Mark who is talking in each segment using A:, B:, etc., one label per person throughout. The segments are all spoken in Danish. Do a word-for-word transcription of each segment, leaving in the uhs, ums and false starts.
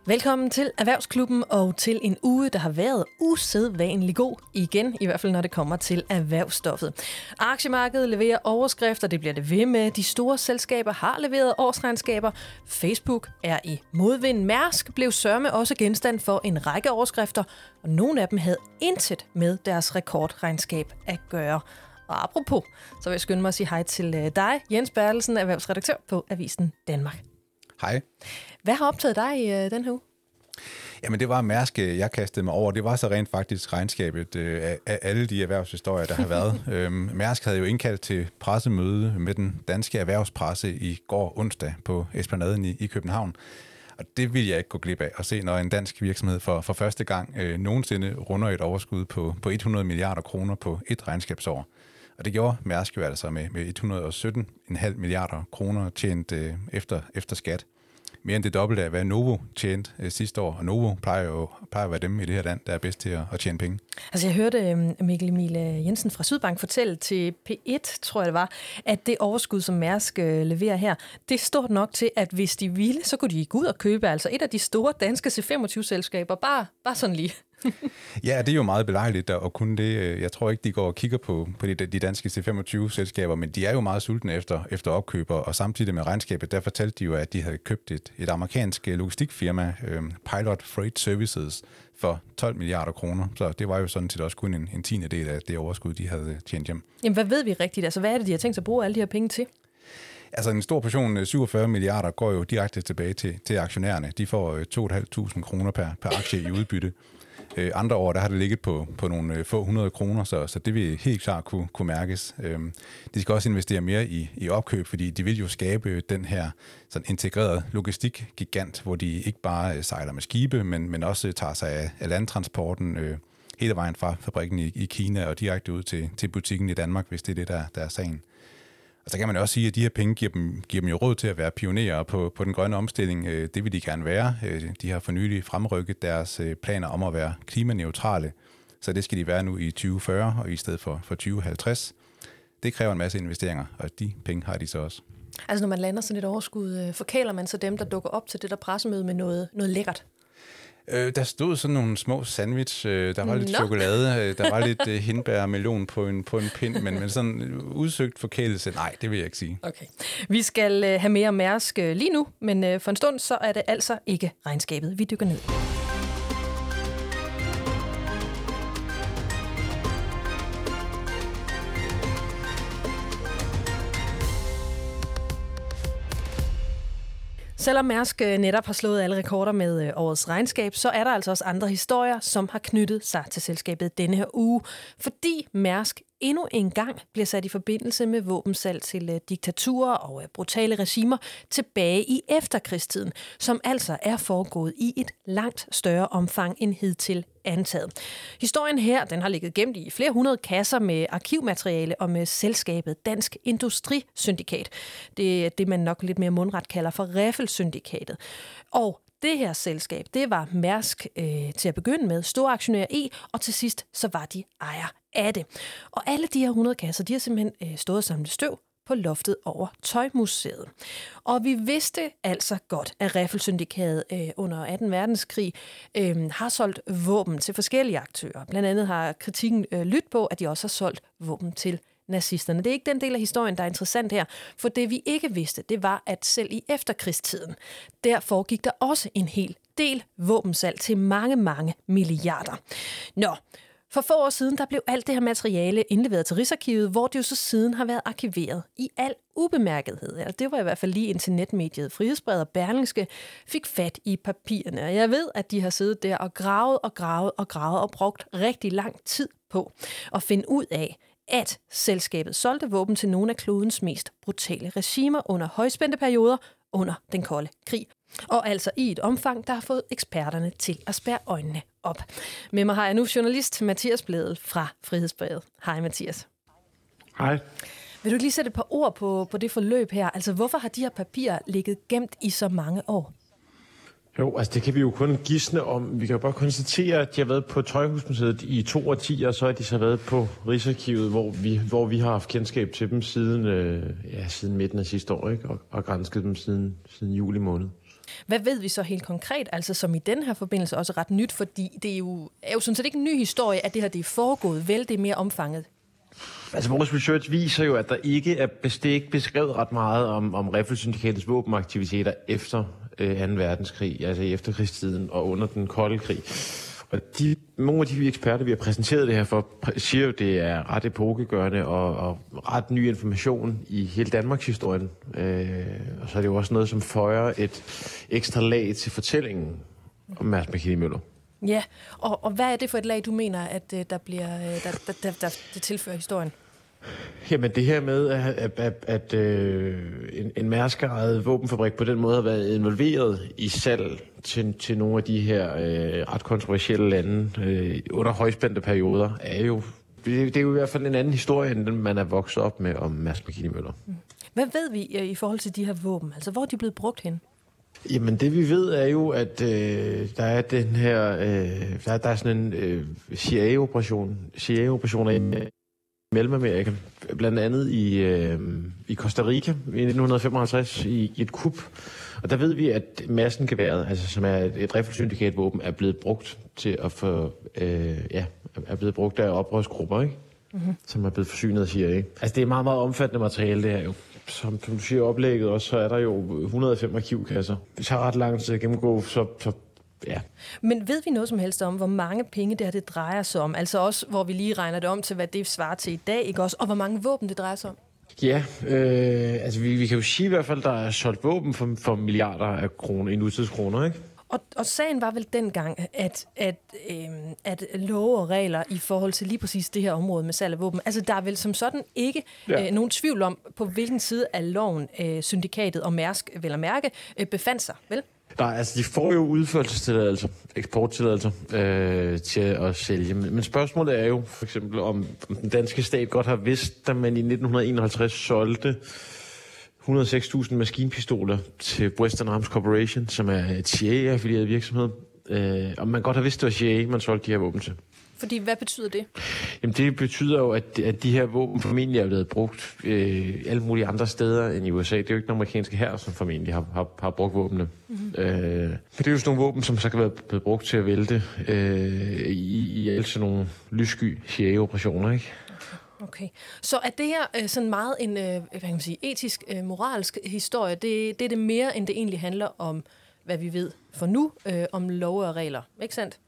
A: Velkommen til Erhvervsklubben og til en uge, der har været usædvanlig god igen, i hvert fald når det kommer til erhvervsstoffet. Aktiemarkedet leverer overskrifter, det bliver det ved med. De store selskaber har leveret årsregnskaber. Facebook er i modvind. Mærsk blev sørme også genstand for en række overskrifter, og nogle af dem havde intet med deres rekordregnskab at gøre. Og apropos, så vil jeg skynde mig at sige hej til dig, Jens Bertelsen, erhvervsredaktør på Avisen Danmark.
B: Hej.
A: Hvad har optaget dig i øh, den her uge?
B: Jamen det var Mærsk, jeg kastede mig over. Det var så rent faktisk regnskabet øh, af, af alle de erhvervshistorier, der har været. øhm, Mærsk havde jo indkaldt til pressemøde med den danske erhvervspresse i går onsdag på Esplanaden i, i København. Og det vil jeg ikke gå glip af at se, når en dansk virksomhed for, for første gang øh, nogensinde runder et overskud på, på hundrede milliarder kroner på et regnskabsår. Og det gjorde Mærsk jo altså med, med et hundrede og sytten komma fem milliarder kroner tjent øh, efter, efter skat. Mere end det dobbelte af, hvad Novo tjente øh, sidste år. Og Novo plejer jo plejer at være dem i det her land, der er bedst til at, at tjene penge.
A: Altså jeg hørte øh, Mikkel Emil Jensen fra Sydbank fortælle til P et, tror jeg det var, at det overskud, som Mærsk øh, leverer her, det er stort nok til, at hvis de ville, så kunne de gå ud og købe altså et af de store danske C femogtyve-selskaber. Bare, bare sådan lige.
B: Ja, det er jo meget belejligt at kunne det. Jeg tror ikke, de går og kigger på, på de, de danske C femogtyve-selskaber, men de er jo meget sultne efter, efter opkøber, og samtidig med regnskabet, der fortalte de jo, at de havde købt et, et amerikansk logistikfirma, øh, Pilot Freight Services, for tolv milliarder kroner. Så det var jo sådan set også kun en, en tiende del af det overskud, de havde tjent hjem.
A: Jamen, hvad ved vi rigtigt? Altså, hvad er det, de har tænkt sig at bruge alle de her penge til?
B: Altså en stor portion, syvogfyrre milliarder, går jo direkte tilbage til, til aktionærerne. De får to tusind fem hundrede kroner per, per aktie i udbytte. Andre år, der har det ligget på, på nogle få hundrede kroner, så, så det vil helt klart kunne, kunne mærkes. De skal også investere mere i, i opkøb, fordi de vil jo skabe den her sådan integrerede logistikgigant, hvor de ikke bare sejler med skibe, men, men også tager sig af, af landtransporten øh, hele vejen fra fabrikken i, i Kina og direkte ud til, til butikken i Danmark, hvis det er det, der, der er sagen. Og så kan man også sige, at de her penge giver dem, giver dem jo råd til at være pionerer på, på den grønne omstilling. Det vil de gerne være. De har for nylig fremrykket deres planer om at være klimaneutrale, så det skal de være nu i tyve fyrre og i stedet for, for tyve halvtreds. Det kræver en masse investeringer, og de penge har de så også.
A: Altså når man lander sådan et overskud, forkæler man så dem, der dukker op til det der pressemøde med noget, noget lækkert?
B: Øh, der stod sådan nogle små sandwich, øh, der var lidt
A: Nå.
B: chokolade, øh, der var lidt øh, hindbær og melon på en, på en pind, men, men sådan udsøgt forkælelse, nej, det vil jeg ikke sige.
A: Okay. Vi skal øh, have mere Mærsk øh, lige nu, men øh, for en stund, så er det altså ikke regnskabet, vi dykker ned. Selvom Mærsk netop har slået alle rekorder med årets regnskab, så er der altså også andre historier, som har knyttet sig til selskabet denne her uge. Fordi Mærsk endnu en gang bliver sat i forbindelse med våbensalg til diktaturer og brutale regimer tilbage i efterkrigstiden, som altså er foregået i et langt større omfang end hidtil antaget. Historien her, den har ligget gemt i flere hundrede kasser med arkivmateriale om selskabet Dansk Industrisyndikat. Det er det, man nok lidt mere mundret kalder for Riffel-syndikatet. Og det her selskab, det var Mærsk øh, til at begynde med store aktionærer i, og til sidst så var de ejer af det. Og alle de her hundrede kasser, de har simpelthen øh, stået og samlet støv på loftet over Tøjmuseet. Og vi vidste altså godt, at Riffel-syndikatet øh, under anden verdenskrig øh, har solgt våben til forskellige aktører. Blandt andet har kritikken øh, lyttet på, at de også har solgt våben til nazisterne. Det er ikke den del af historien, der er interessant her, for det vi ikke vidste, det var, at selv i efterkrigstiden, der foregik der også en hel del våbensalg til mange, mange milliarder. Nå, for få år siden, der blev alt det her materiale indleveret til Rigsarkivet, hvor det jo så siden har været arkiveret i al ubemærkethed. Ja, det var i hvert fald lige indtil netmediet Frihedsbrevet og Berlingske fik fat i papirerne. Og jeg ved, at de har siddet der og gravet og gravet og gravet og brugt rigtig lang tid på at finde ud af, at selskabet solgte våben til nogle af klodens mest brutale regimer under højspændte perioder under den kolde krig. Og altså i et omfang, der har fået eksperterne til at spærre øjnene op. Med mig har jeg nu journalist Mathias Blædel fra Frihedsbrevet. Hej Mathias.
C: Hej.
A: Vil du lige sætte et par ord på, på det forløb her? Altså hvorfor har de her papirer ligget gemt i så mange år?
C: Jo, altså det kan vi jo kun gisne om. Vi kan jo bare konstatere, at de har været på Tøjhusmuseet i to årtier, og så har de så været på Rigsarkivet, hvor vi, hvor vi har haft kendskab til dem siden, øh, ja, siden midten af sidste år, ikke? Og, og grænsket dem siden, siden juli måned.
A: Hvad ved vi så helt konkret, altså som i den her forbindelse også ret nyt, fordi det er jo, er jo sådan set ikke en ny historie, at det her det er foregået, vel det er mere omfanget.
C: Altså vores research viser jo, at der ikke er bestik beskrevet ret meget om, om Riffelsyndikatets våbenaktiviteter efter øh, anden verdenskrig, altså i efterkrigstiden og under den kolde krig. Og de, nogle af de eksperter, vi har præsenteret det her for, siger jo, det er ret epokegørende og, og ret ny information i hele Danmarks historien. Øh, og så er det jo også noget, som føjer et ekstra lag til fortællingen om Mads McKinney Møller.
A: Ja, og, og hvad er det for et lag, du mener, at der bliver, der, der, der, der, der tilfører historien?
C: Jamen det her med, at, at, at, at øh, en, en mærskeejet våbenfabrik på den måde har været involveret i salg til, til nogle af de her øh, ret kontroversielle lande øh, under højspændte perioder, er jo, det, det er jo i hvert fald en anden historie, end den man er vokset op med om Mads McKinney Møller.
A: Hvad ved vi i forhold til de her våben? Altså hvor er de blevet brugt hen?
C: Jamen det vi ved er jo, at øh, der er den her, øh, der, er, der er sådan en øh, C I A-operation, C I A-operationer i Mellemamerika, blandt andet i, øh, i Costa Rica i nitten femoghalvtreds i, i et kup. Og der ved vi, at Madsen-geværet, altså som er et, et Riffelsyndikatvåben, er blevet brugt til at få, øh, ja, er blevet brugt af oprørsgrupper, ikke? Mm-hmm. Som er blevet forsynet af C I A. Altså det er meget, meget omfattende materiale, det her jo. Som, som du siger oplægget også, så er der jo et hundrede og fem arkivkasser. Det tager ret lang tid at gennemgå, så, så ja.
A: Men ved vi noget som helst om, hvor mange penge det her det drejer sig om? Altså også, hvor vi lige regner det om til, hvad det svarer til i dag, ikke også? Og hvor mange våben det drejer sig om?
C: Ja, øh, altså vi, vi kan jo sige i hvert fald, at der er solgt våben for, for milliarder af kroner, i nutidskroner, ikke?
A: Og, og sagen var vel dengang, at, at, øh, at love og regler i forhold til lige præcis det her område med salg af våben, altså der er vel som sådan ikke ja. øh, nogen tvivl om, på hvilken side af loven øh, syndikatet og Mærsk, vel at mærke, øh, befandt sig, vel?
C: Nej, altså de får jo udførelsestilladelser, eksporttilladelser øh, til at sælge. Men spørgsmålet er jo for eksempel, om, om den danske stat godt har vidst, at man i nitten enoghalvtreds solgte et hundrede og seks tusind maskinpistoler til Western Arms Corporation, som er et C I A-affilieret virksomhed. Øh, og man godt har vidst, at det var C I A, man solgte de her våben til.
A: Fordi hvad betyder det?
C: Jamen det betyder jo, at, at de her våben formentlig er blevet brugt øh, alle mulige andre steder end i U S A. Det er jo ikke den amerikanske hær, som formentlig har, har, har brugt våbnene. Mm-hmm. Øh, men det er jo sådan nogle våben, som så kan være blevet brugt til at vælte øh, i, i alle sådan nogle lyssky C I A-operationer, ikke?
A: Okay. Så er det her øh, sådan meget en øh, hvad kan man sige, etisk, øh, moralsk historie? Det, det er det mere, end det egentlig handler om, hvad vi ved for nu, øh, om love og regler. Ikke sandt?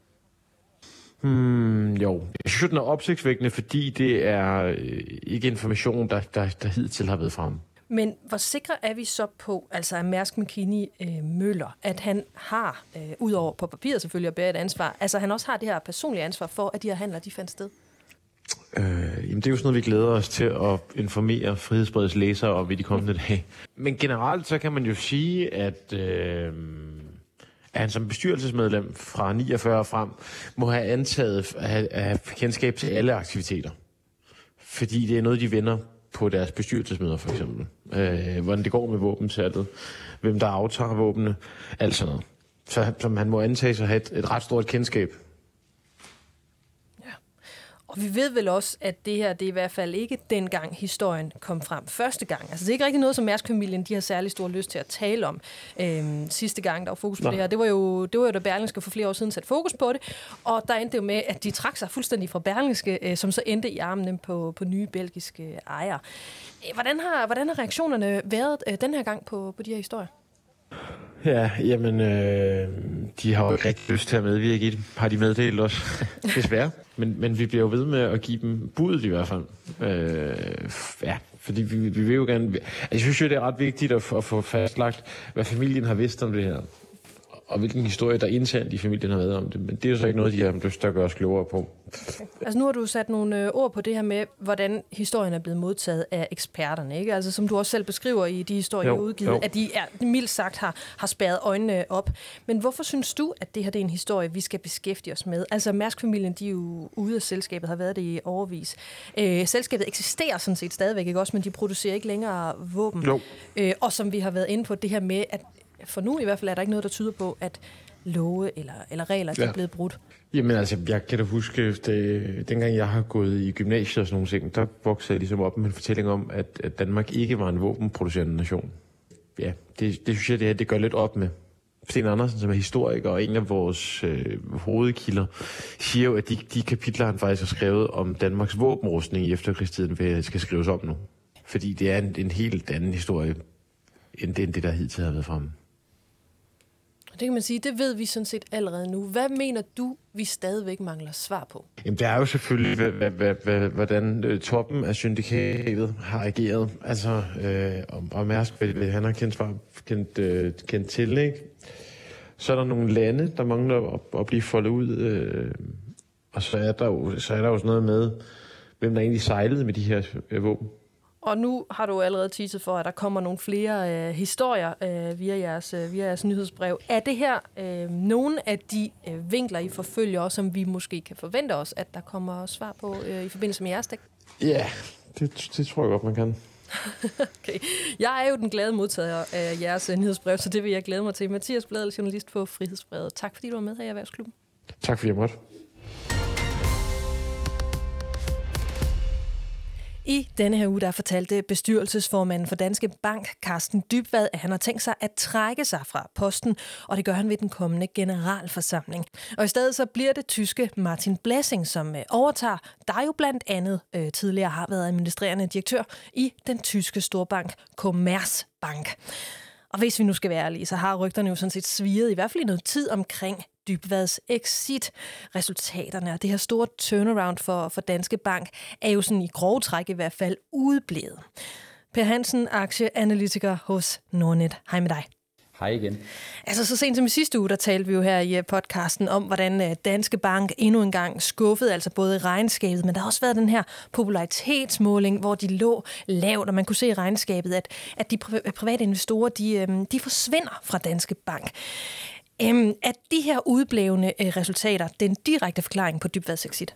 C: Hmm, jo. Jeg synes, den er opsigtsvækkende, fordi det er øh, ikke information, der, der, der hidtil har været frem.
A: Men hvor sikre er vi så på, altså af Mærsk McKinney øh, Møller, at han har, øh, udover på papiret selvfølgelig at bære et ansvar, altså han også har det her personlige ansvar for, at de her handler, de fandt sted?
C: Øh, jamen det er jo sådan noget, vi glæder os til at informere Frihedsbredets læsere om i de kommende dage. Men generelt så kan man jo sige, at, øh, at han som bestyrelsesmedlem fra niogfyrre frem må have antaget at have, at have kendskab til alle aktiviteter. Fordi det er noget, de vender på deres bestyrelsesmøder for eksempel. Øh, hvordan det går med våbensalget, hvem der aftager våbnene, alt sådan noget. Så som han må antage sig at have et, et ret stort kendskab.
A: Og vi ved vel også, at det her, det er i hvert fald ikke dengang historien kom frem første gang. Altså det er ikke rigtig noget, som Mærsk-familien, de har særlig stor lyst til at tale om. Øhm, sidste gang, der var fokus på Nå. det her, det var jo, det var jo da Berlingske for flere år siden sat fokus på det. Og der endte jo med, at de trak sig fuldstændig fra Berlingske, øh, som så endte i armene på, på nye belgiske ejere. Hvordan har, hvordan har reaktionerne været øh, den her gang på, på de her historier?
C: Ja, jamen, øh, de har jo ikke rigtig lyst til at medvirke i det, har de meddelt os, desværre. Men, men vi bliver jo ved med at give dem budet i hvert fald. Øh, ja, fordi vi, vi vil jo gerne... Altså, jeg synes jo, det er ret vigtigt at, at få fastlagt, hvad familien har vidst om det her. Og hvilken historie, der internt i familien har været om det. Men det er jo så ikke noget, de har lyst til at gøre os klogere på.
A: Okay. Altså nu har du sat nogle øh, ord på det her med, hvordan historien er blevet modtaget af eksperterne, ikke? Altså som du også selv beskriver i de historier, jo, udgivet, jo. At de er mildt sagt har, har spærret øjnene op. Men hvorfor synes du, at det her det er en historie, vi skal beskæftige os med? Altså Mærsk-familien, de er jo ude af selskabet, har været det i overvis. Øh, selskabet eksisterer sådan set stadigvæk, ikke også? Men de producerer ikke længere våben. Jo. Øh, og som vi har været inde på, det her med, at for nu i hvert fald er der ikke noget, der tyder på, at love eller, eller regler ja. er blevet brudt.
C: Jamen altså, jeg kan da huske, det, dengang jeg har gået i gymnasiet og sådan nogle ting, der voksede jeg ligesom op med en fortælling om, at, at Danmark ikke var en våbenproducerende nation. Ja, det, det synes jeg, det her det gør lidt op med. Sten Andersen, som er historiker og en af vores øh, hovedkilder, siger jo, at de, de kapitler, han faktisk har skrevet om Danmarks våbenrustning i efterkrigstiden, skal skrives om nu. Fordi det er en, en helt anden historie, end det, end det der hidtil har været fremme.
A: Det kan man sige, det ved vi sådan set allerede nu. Hvad mener du, vi stadigvæk mangler svar på?
C: Jamen, det er jo selvfølgelig, hvad, hvad, hvad, hvordan øh, toppen af syndikatet har ageret. Altså, øh, og, og Mærsk, han har kendt, kendt, øh, kendt til, ikke? Så er der nogle lande, der mangler at, at blive foldet ud. Øh, og så er, der jo, så er der jo sådan noget med, hvem der egentlig sejlede med de her øh, våben.
A: Og nu har du allerede teaset for, at der kommer nogle flere øh, historier øh, via, jeres, øh, via jeres nyhedsbrev. Er det her øh, nogle af de øh, vinkler, I forfølger, som vi måske kan forvente os, at der kommer svar på øh, i forbindelse med jeres dæk?
C: Ja, det, det tror jeg godt, man kan.
A: Okay. Jeg er jo den glade modtager af jeres øh, nyhedsbrev, så det vil jeg glæde mig til. Mathias Blædel, journalist på Frihedsbrevet. Tak fordi du var med her i Erhvervsklubben.
C: Tak fordi jeg måtte.
A: I denne her uge, der fortalte bestyrelsesformanden for Danske Bank, Carsten Dybvad, at han har tænkt sig at trække sig fra posten, og det gør han ved den kommende generalforsamling. Og i stedet så bliver det tyske Martin Blessing, som overtager, der jo blandt andet øh, tidligere har været administrerende direktør i den tyske storbank Commerzbank. Og hvis vi nu skal være ærlige, så har rygterne jo sådan set sviget i hvert fald i noget tid omkring Dybvads exit. Resultaterne og det her store turnaround for, for Danske Bank er jo sådan i grove træk i hvert fald udeblevet. Per Hansen, aktieanalytiker hos Nordnet. Hej med dig.
D: Hej igen.
A: Altså så sent som i sidste uge, der talte vi jo her i podcasten om, hvordan Danske Bank endnu en gang skuffede, altså både i regnskabet, men der har også været den her popularitetsmåling, hvor de lå lavt, og man kunne se i regnskabet, at, at de private investorer, de, de forsvinder fra Danske Bank. Øhm, er de her udblevne øh, resultater den direkte forklaring på Dybvads exit?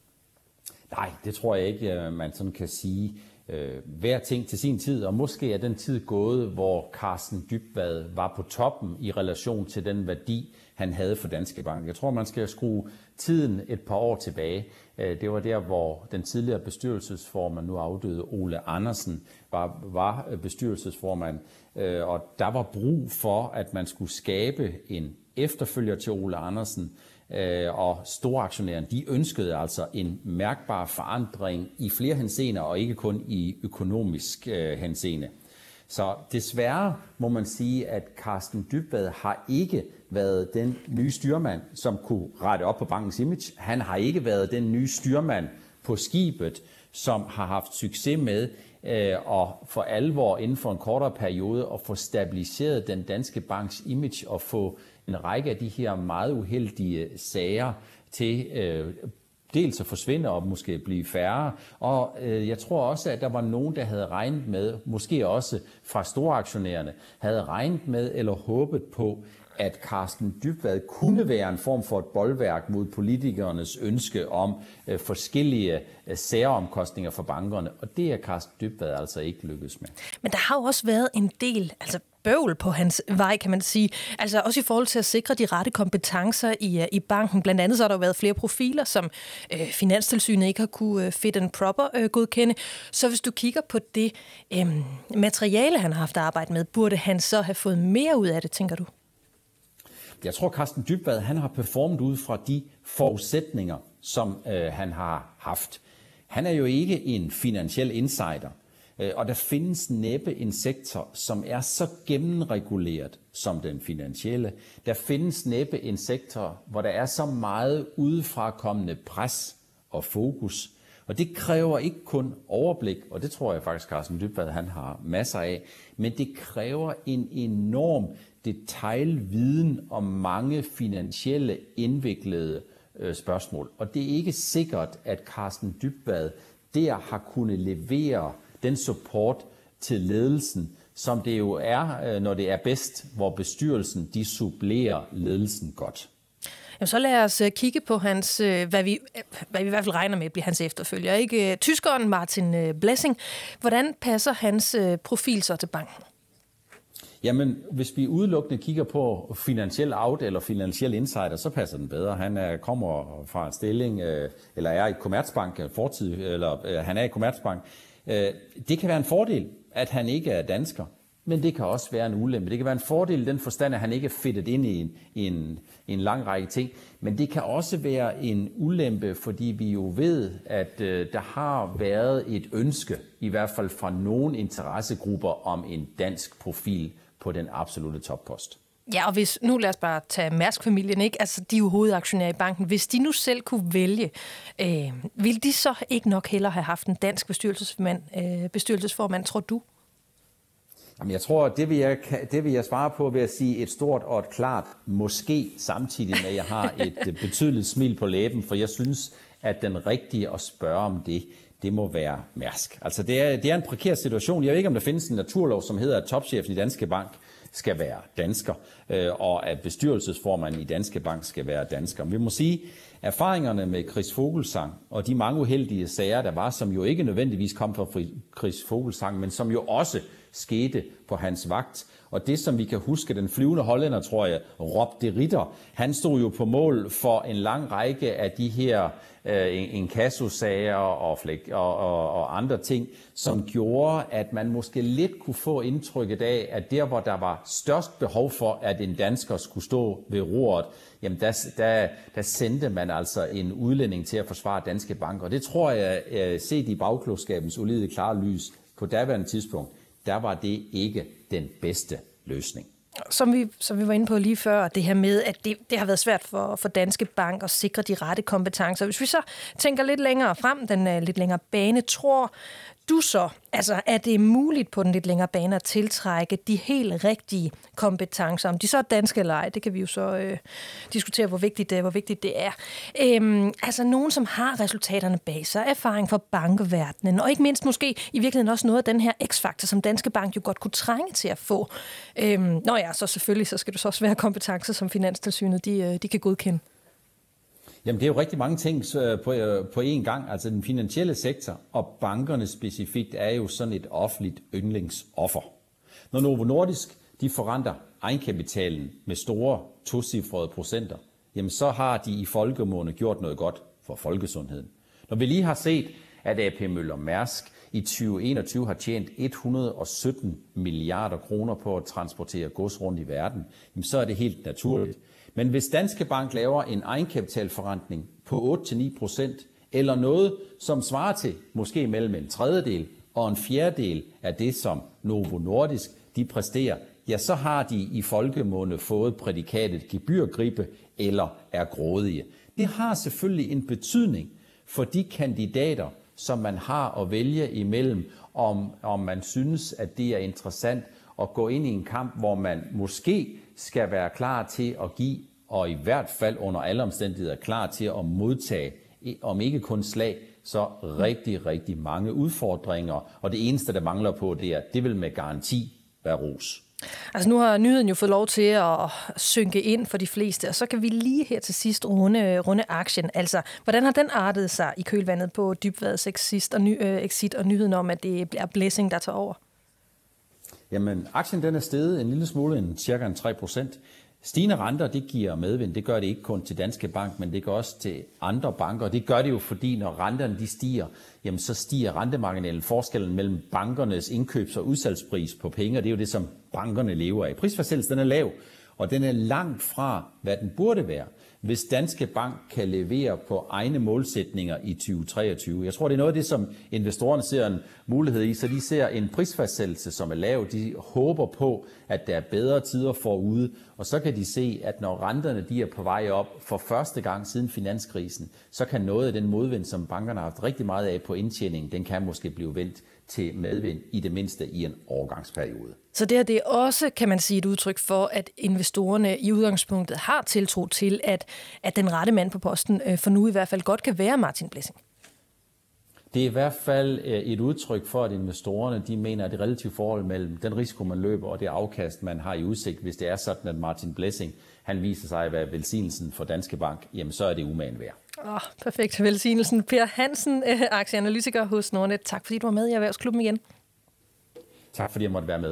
D: Nej, det tror jeg ikke, man sådan kan sige. Øh, hver ting til sin tid, og måske er den tid gået, hvor Carsten Dybvad var på toppen i relation til den værdi, han havde for Danske Bank. Jeg tror, man skal skrue tiden et par år tilbage. Det var der, hvor den tidligere bestyrelsesformand, nu afdøde Ole Andersen, var, var bestyrelsesformand. Og der var brug for, at man skulle skabe en efterfølger til Ole Andersen. Og storaktionæren, de ønskede altså en mærkbar forandring i flere henseender, og ikke kun i økonomisk henseende. Så desværre må man sige, at Carsten Dybvad har ikke været den nye styrmand, som kunne rette op på bankens image. Han har ikke været den nye styrmand på skibet, som har haft succes med øh, at for alvor inden for en kortere periode at få stabiliseret den danske banks image og få en række af de her meget uheldige sager til øh, dels at forsvinde og måske blive færre. Og øh, jeg tror også, at der var nogen, der havde regnet med, måske også fra storaktionærerne, havde regnet med eller håbet på, at Carsten Dybvad kunne være en form for et bolværk mod politikernes ønske om øh, forskellige øh, særomkostninger for bankerne. Og det er Carsten Dybvad altså ikke lykkedes med.
A: Men der har jo også været en del altså bøvl på hans vej, kan man sige. Altså også i forhold til at sikre de rette kompetencer i, i banken. Blandt andet så har der jo været flere profiler, som øh, Finanstilsynet ikke har kunne øh, fit and proper øh, godkende. Så hvis du kigger på det øh, materiale, han har haft arbejde med, burde han så have fået mere ud af det, tænker du?
D: Jeg tror, Carsten Dybvad, han har performet ud fra de forudsætninger, som øh, han har haft. Han er jo ikke en finansiel insider, øh, og der findes næppe en sektor, som er så gennemreguleret som den finansielle. Der findes næppe en sektor, hvor der er så meget udefrakommende pres og fokus. Og det kræver ikke kun overblik, og det tror jeg faktisk, Carsten Dybvad han har masser af, men det kræver en enorm detailviden om mange finansielle indviklede øh, spørgsmål. Og det er ikke sikkert, at Carsten Dybvad der har kunnet levere den support til ledelsen, som det jo er, øh, når det er bedst, hvor bestyrelsen de supplerer ledelsen godt.
A: Jamen, så lad os kigge på hans, hvad vi, hvad vi i hvert fald regner med bliver hans efterfølger. Ikke? Tyskeren Martin Blessing. Hvordan passer hans profil så til banken?
D: Jamen, hvis vi udelukkende kigger på finansiel out eller finansiel insider, så passer den bedre. Han er, kommer fra en stilling, eller er i Commerzbank, fortid, eller han er i Commerzbank. Det kan være en fordel, at han ikke er dansker. men det kan også være en ulempe. Det kan være en fordel i den forstand, at han ikke er fedtet ind i en, i en, i en lang række ting, men det kan også være en ulempe, fordi vi jo ved, at øh, der har været et ønske, i hvert fald fra nogle interessegrupper, om en dansk profil på den absolute toppost.
A: Ja, og hvis, nu lad os bare tage Mærsk-familien, ikke? Altså, de er jo hovedaktionærer i banken. Hvis de nu selv kunne vælge, øh, ville de så ikke nok hellere have haft en dansk bestyrelsesmand, øh, bestyrelsesformand, tror du?
D: Jamen, jeg tror, det vil jeg, det vil jeg svare på ved at sige et stort og et klart måske, samtidig med, at jeg har et betydeligt smil på læben, for jeg synes, at den rigtige at spørge om det, det må være Mærsk. Altså, det er, det er en prekær situation. Jeg ved ikke, om der findes en naturlov, som hedder, at topchefen i Danske Bank skal være dansker, og at bestyrelsesformanden i Danske Bank skal være dansker. Vi må sige, at erfaringerne med Chris Fuglsang og de mange uheldige sager, der var, som jo ikke nødvendigvis kom fra Chris Fuglsang, men som jo også skete på hans vagt. Og det, som vi kan huske, den flyvende hollænder, tror jeg, Rob de Ritter, han stod jo på mål for en lang række af de her øh, inkassosager og, og, og, og andre ting, som gjorde, at man måske lidt kunne få indtrykket af, at der, hvor der var størst behov for, at en dansker skulle stå ved roret, jamen der, der, der sendte man altså en udlænding til at forsvare Danske Bank. Og det tror jeg, set i bagklogskabens ulidelige klare lys på daværende tidspunkt, der var det ikke den bedste løsning.
A: Som vi, som vi var inde på lige før, det her med, at det, det har været svært for, for Danske Bank at sikre de rette kompetencer. Hvis vi så tænker lidt længere frem, den uh, lidt længere bane, tror du så, altså er det muligt på den lidt længere bane at tiltrække de helt rigtige kompetencer? Om de så er danske eller ej, det kan vi jo så øh, diskutere, hvor vigtigt, det, hvor vigtigt det er. Øhm, altså nogen, som har resultaterne bag sig, erfaring fra bankverdenen, og ikke mindst måske i virkeligheden også noget af den her x-faktor, som Danske Bank jo godt kunne trænge til at få. Øhm, nå ja, så selvfølgelig, så skal du så også være kompetencer, som Finanstilsynet de, de kan godkende.
D: Jamen, det er jo rigtig mange ting på, på én gang. Altså, den finansielle sektor og bankerne specifikt er jo sådan et offentligt yndlingsoffer. Når Novo Nordisk de forrenter egenkapitalen med store tocifrede procenter, jamen så har de i folkemunde gjort noget godt for folkesundheden. Når vi lige har set, at A P Møller Mærsk i tyve enogtyve har tjent et hundrede og sytten milliarder kroner på at transportere gods rundt i verden, jamen så er det helt naturligt. Men hvis Danske Bank laver en egenkapitalforrentning på otte til ni procent, eller noget, som svarer til måske mellem en tredjedel og en fjerdedel af det, som Novo Nordisk de præsterer, ja, så har de i folkemunde fået prædikatet gebyrgribe eller er grådige. Det har selvfølgelig en betydning for de kandidater, som man har at vælge imellem, om, om man synes, at det er interessant at gå ind i en kamp, hvor man måske skal være klar til at give, og i hvert fald under alle omstændigheder klar til at modtage, om ikke kun slag, så rigtig, rigtig mange udfordringer. Og det eneste, der mangler på, det er, det vil med garanti være ros.
A: Altså nu har nyheden jo fået lov til at synke ind for de fleste, og så kan vi lige her til sidst runde, runde aktien. Altså, hvordan har den artet sig i kølvandet på Dybvads exit og, ny, øh, exit og nyheden om, at det er Blessing, der tager over?
D: Jamen, aktien den er steget en lille smule, en cirka en tre procent. Stigende renter, det giver medvind. Det gør det ikke kun til Danske Bank, men det gør også til andre banker. Det gør det jo, fordi når renterne de stiger, jamen så stiger rentemarginalen, forskellen mellem bankernes indkøbs- og udsalgspris på penge, og det er jo det, som bankerne lever af. Prisfastsættelsen den er lav, og den er langt fra, hvad den burde være, hvis Danske Bank kan levere på egne målsætninger i tyve treogtyve. Jeg tror, det er noget af det, som investorerne ser en mulighed i, så de ser en prisfastsættelse, som er lav. De håber på, at der er bedre tider forude, og så kan de se, at når renterne de er på vej op for første gang siden finanskrisen, så kan noget af den modvind, som bankerne har haft rigtig meget af på indtjening, den kan måske blive vendt til medvind i det mindste i en overgangsperiode.
A: Så det her det er også, kan man sige, et udtryk for, at investorerne i udgangspunktet har tiltro til, at, at den rette mand på posten øh, for nu i hvert fald godt kan være Martin Blessing.
D: Det er i hvert fald et udtryk for, at investorerne de mener, at det relative forhold mellem den risiko, man løber, og det afkast, man har i udsigt, hvis det er sådan, at Martin Blessing han viser sig at være velsignelsen for Danske Bank, jamen så er det umagen værd.
A: Åh, oh, perfekt. Velsignelsen. Per Hansen, øh, aktieanalytiker hos Nordnet. Tak fordi du var med i Erhvervsklubben igen.
D: Tak fordi jeg måtte være med.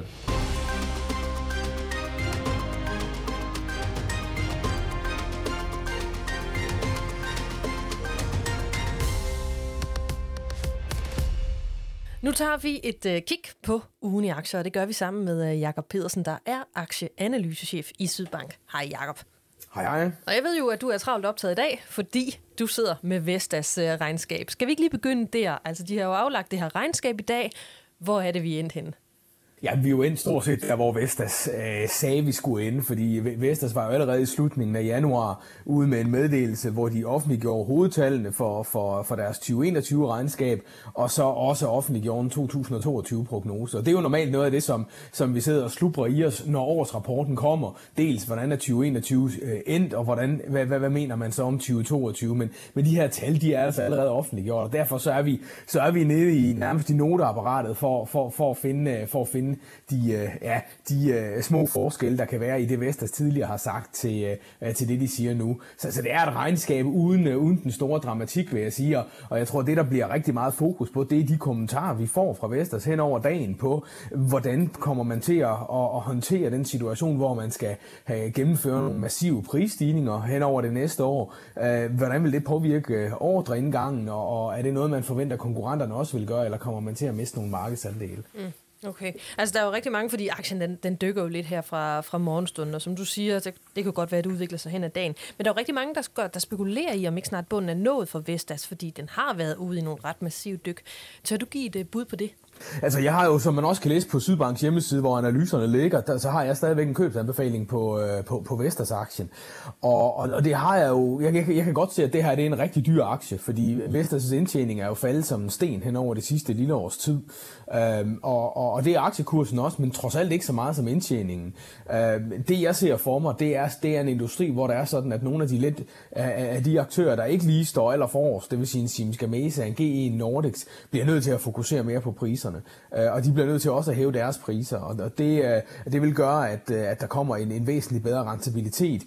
A: Nu tager vi et øh, kig på ugen i aktier, og det gør vi sammen med øh, Jakob Pedersen, der er aktieanalysechef i Sydbank. Hej Jakob.
C: Hej hej.
A: Og jeg ved jo, at du er travlt optaget i dag, fordi du sidder med Vestas øh, regnskab. Skal vi ikke lige begynde der? Altså, de har jo aflagt det her regnskab i dag. Hvor er det, vi er endt henne?
E: Ja, vi er jo endt stort set der, hvor Vestas øh, sagde, vi skulle ende, fordi Vestas var jo allerede i slutningen af januar ude med en meddelelse, hvor de offentliggjorde hovedtallene for, for, for deres tyve enogtyve-regnskab, og så også offentliggjorde en to tusind toogtyve-prognose. Og det er jo normalt noget af det, som, som vi sidder og slubrer i os, når årsrapporten kommer. Dels, hvordan er tyve enogtyve øh, endt, og hvordan, hvad, hvad, hvad mener man så om tyve toogtyve. Men, men de her tal, de er altså allerede offentliggjort, og derfor så er vi, så er vi nede i nærmest i noteapparatet for, for, for, at finde, for at finde de, ja, de små forskelle, der kan være i det, Vestas tidligere har sagt til, til det, de siger nu. Så, så det er et regnskab uden, uden den store dramatik, vil jeg sige. Og jeg tror, det, der bliver rigtig meget fokus på, det er de kommentarer, vi får fra Vestas hen over dagen på, hvordan kommer man til at, at håndtere den situation, hvor man skal have gennemføre nogle massive prisstigninger hen over det næste år. Hvordan vil det påvirke ordreindgangen, og er det noget, man forventer, konkurrenterne også vil gøre, eller kommer man til at miste nogle markedsandele? Mm.
A: Okay. Altså, der er jo rigtig mange, fordi aktien den, den dykker jo lidt her fra, fra morgenstunden, og som du siger, det, det kan godt være, at det udvikler sig hen ad dagen. Men der er jo rigtig mange, der, der spekulerer i, om ikke snart bunden er nået for Vestas, fordi den har været ude i nogle ret massive dyk. Tør du give et bud på det?
E: Altså, jeg har jo, som man også kan læse på Sydbanks hjemmeside, hvor analyserne ligger, der, så har jeg stadigvæk en købsanbefaling på, øh, på, på Vestas-aktien. Og, og, og det har jeg jo, jeg, jeg, jeg kan godt se, at det her det er en rigtig dyr aktie, fordi Vestas' indtjening er jo faldet som en sten hen over det sidste lille års tid. Øhm, og, og, og det er aktiekursen også, men trods alt ikke så meget som indtjeningen. Øhm, det jeg ser for mig, det er, det er en industri, hvor der er sådan, at nogle af de, lidt, af, af de aktører, der ikke lige står aller forrest, det vil sige en Siemens Gamesa, en G E Nordics, bliver nødt til at fokusere mere på priser. Og de bliver nødt til også at hæve deres priser, og det, det vil gøre, at, at der kommer en, en væsentlig bedre rentabilitet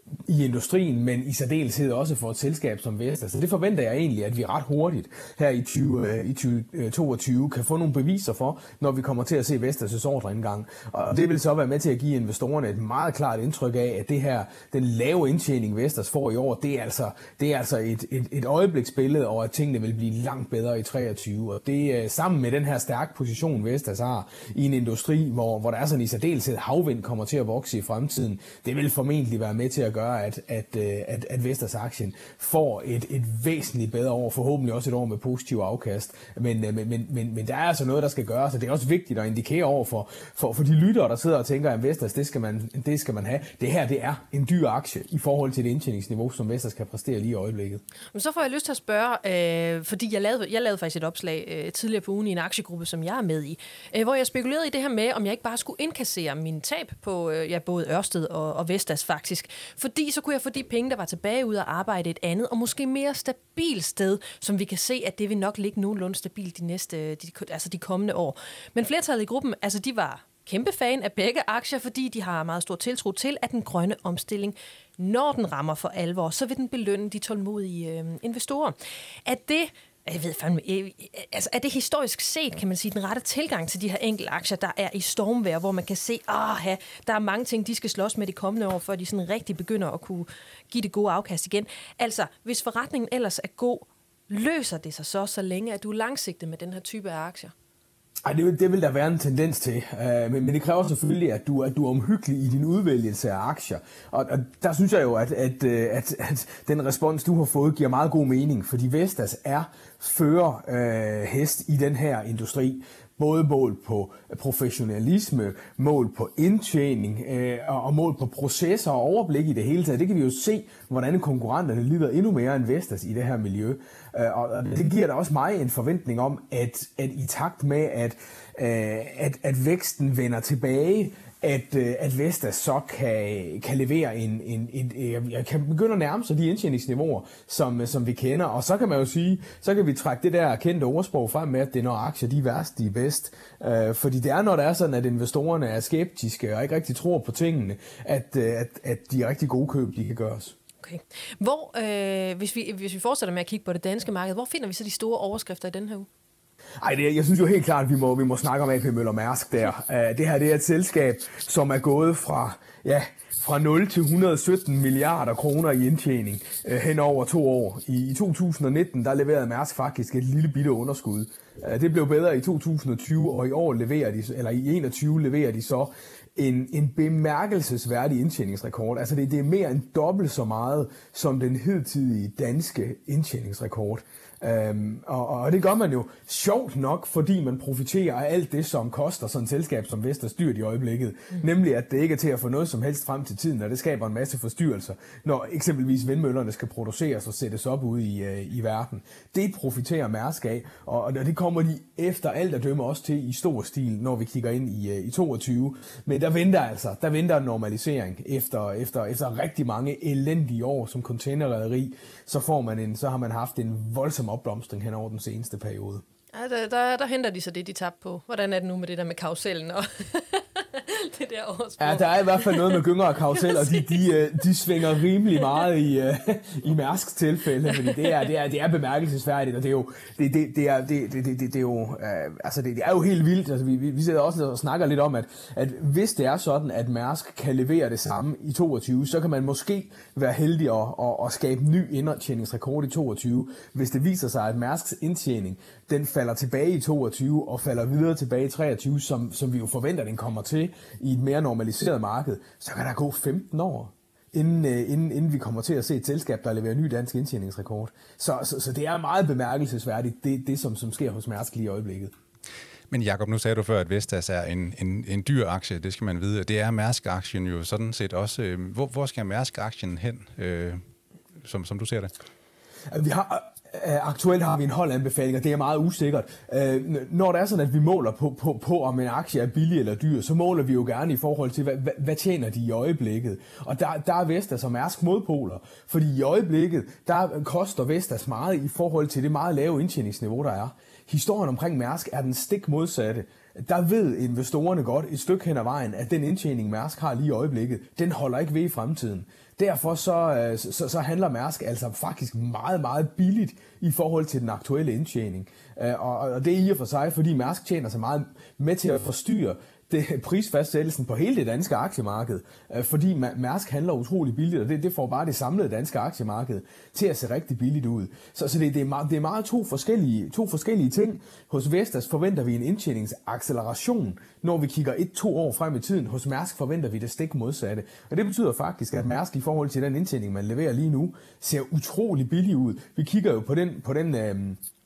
E: i industrien, men i særdeleshed også for et selskab som Vestas. Så det forventer jeg egentlig, at vi ret hurtigt her i tyve toogtyve kan få nogle beviser for, når vi kommer til at se Vestas' ordreindgang. Og det vil så være med til at give investorerne et meget klart indtryk af, at det her, den lave indtjening Vestas får i år, det er altså, det er altså et, et, et øjebliksbillede, og at tingene vil blive langt bedre i treogtyve. Og det sammen med den her stærke position, Vestas har i en industri, hvor, hvor der er sådan i særdeleshed havvind kommer til at vokse i fremtiden, det vil formentlig være med til at gøre, at, at, at, at Vestas-aktien får et, et væsentligt bedre år, forhåbentlig også et år med positiv afkast. Men, men, men, men, men der er altså noget, der skal gøres, og det er også vigtigt at indikere over for, for, for de lyttere, der sidder og tænker, at Vestas, det skal, man, det skal man have. Det her, det er en dyr aktie i forhold til det indtjeningsniveau, som Vestas kan præstere lige i øjeblikket.
A: Men så får jeg lyst til at spørge, øh, fordi jeg lavede, jeg lavede faktisk et opslag øh, tidligere på ugen i en aktiegruppe, som jeg er med i, øh, hvor jeg spekulerede i det her med, om jeg ikke bare skulle indkassere min tab på øh, ja, både Ørsted og, og Vestas faktisk. Fordi så kunne jeg få de penge, der var tilbage ud og arbejde et andet, og måske mere stabilt sted, som vi kan se, at det vil nok ligge nogenlunde stabilt de næste, de, altså de kommende år. Men flertallet i gruppen, altså de var kæmpe fan af begge aktier, fordi de har meget stor tiltro til, at den grønne omstilling, når den rammer for alvor, så vil den belønne de tålmodige øh, investorer. Er det Jeg ved fandme, altså er det historisk set, kan man sige, den rette tilgang til de her enkelte aktier, der er i stormvejr, hvor man kan se, at der er mange ting, de skal slås med de kommende år, før de sådan rigtig begynder at kunne give det gode afkast igen. Altså, hvis forretningen ellers er god, løser det sig så, så længe at du er langsigtet med den her type af aktier?
E: Ej, det vil, det vil der være en tendens til, uh, men, men det kræver selvfølgelig, at du, at du er omhyggelig i din udvælgelse af aktier. Og, og der synes jeg jo, at, at, at, at den respons, du har fået, giver meget god mening, fordi Vestas er fører uh, hest i den her industri. Både mål på professionalisme, mål på indtjening øh, og mål på processer og overblik i det hele taget. Det kan vi jo se, hvordan konkurrenterne lider endnu mere end Vestas i det her miljø. Øh, og det giver da også mig en forventning om, at, at i takt med, at, øh, at, at væksten vender tilbage, at, at Vestas så kan, kan levere en, en, en, jeg kan begynde at nærme sig de indtjeningsniveauer, som, som vi kender. Og så kan man jo sige, så kan vi trække det der kendte ordsprog frem med, at det er når aktier, de er værst, de er bedst. Uh, fordi det er, når det er sådan, at investorerne er skeptiske og ikke rigtig tror på tingene, at, at, at de rigtig gode køb, de kan gøres.
A: Okay. Hvor, øh, hvis, vi, hvis vi fortsætter med at kigge på det danske marked, hvor finder vi så de store overskrifter i den her uge?
E: Ej, det, jeg synes jo helt klart, at vi må, vi må snakke om A P Møller Mærsk der. Uh, det her det er et selskab, som er gået fra, ja, fra nul til et hundrede og sytten milliarder kroner i indtjening uh, hen over to år. I, i to tusind og nitten der leverede Mærsk faktisk et lille bitte underskud. Uh, det blev bedre i to tusind og tyve, og i år leverer de, eller i enogtyve leverer de så en, en bemærkelsesværdig indtjeningsrekord. Altså det, det er mere end dobbelt så meget som den hidtidige danske indtjeningsrekord. Øhm, og, og det gør man jo sjovt nok, fordi man profiterer af alt det, som koster sådan et selskab som Vestas dyrt i øjeblikket. Mm. Nemlig at det ikke er til at få noget som helst frem til tiden, og det skaber en masse forstyrrelser, når eksempelvis vindmøllerne skal produceres og sættes op ude i, øh, i verden. Det profiterer Mærsk af, og, og det kommer de efter alt at dømme også til i stor stil, når vi kigger ind i, øh, i toogtyve. Men der venter altså, der venter en normalisering efter, efter, efter rigtig mange elendige år som containerrederi, så får man en, så har man haft en voldsom opblomstring hen over den seneste periode.
A: Ja, der, der, der henter de så det, de tabte på. Hvordan er det nu med det der med karusellen og det der oversprog?
E: Ja, der er i hvert fald noget med gynger og karusel, og de, de, de svinger rimelig meget i, i Mærsks tilfælde, fordi det er, det er, det er bemærkelsesværdigt, og det er jo, det, det, det er, det, det, det, det er jo, altså det, det er jo helt vildt. Altså vi, vi sidder også og snakker lidt om, at, at hvis det er sådan, at Mærsk kan levere det samme i toogtyve, så kan man måske være heldig at, at, at skabe ny indtjeningsrekord i toogtyve, hvis det viser sig, at Mærsks indtjening, den falder tilbage i toogtyve og falder videre tilbage i treogtyve, som, som vi jo forventer, den kommer til i et mere normaliseret marked, så kan der gå femten år, inden, inden, inden vi kommer til at se et selskab, der leverer ny dansk indtjeningsrekord. Så, så, så det er meget bemærkelsesværdigt, det, det som, som sker hos Mærsk lige i øjeblikket.
B: Men Jakob, nu sagde du før, at Vestas er en, en, en dyr aktie, det skal man vide. Det er Mærsk-aktien jo sådan set også. Hvor, hvor skal Mærsk-aktien hen, øh, som, som du ser det?
E: Vi har... Aktuelt har vi en holdanbefaling, og det er meget usikkert. Når det er sådan, at vi måler på, på, på, om en aktie er billig eller dyr, så måler vi jo gerne i forhold til, hvad, hvad tjener de i øjeblikket. Og der, der er Vestas og Mærsk modpoler, fordi i øjeblikket, der koster Vestas meget i forhold til det meget lave indtjeningsniveau, der er. Historien omkring Mærsk er den stik modsatte. Der ved investorerne godt et stykke hen ad vejen, at den indtjening, Mærsk har lige i øjeblikket, den holder ikke ved i fremtiden. Derfor så, så, så handler Mærsk altså faktisk meget, meget billigt i forhold til den aktuelle indtjening. Og, og det er i og for sig, fordi Mærsk tjener sig meget med til at forstyrre det, prisfastsættelsen på hele det danske aktiemarked, fordi Mærsk handler utrolig billigt, og det, det får bare det samlede danske aktiemarked til at se rigtig billigt ud. Så, så det, det, er meget, det er meget to forskellige, to forskellige ting. Hos Vestas forventer vi en indtjeningsacceleration, når vi kigger et, to år frem i tiden. Hos Mærsk forventer vi det stik modsatte. Og det betyder faktisk, at Mærsk i forhold til den indtjening, man leverer lige nu, ser utrolig billig ud. Vi kigger jo på den, på den øh,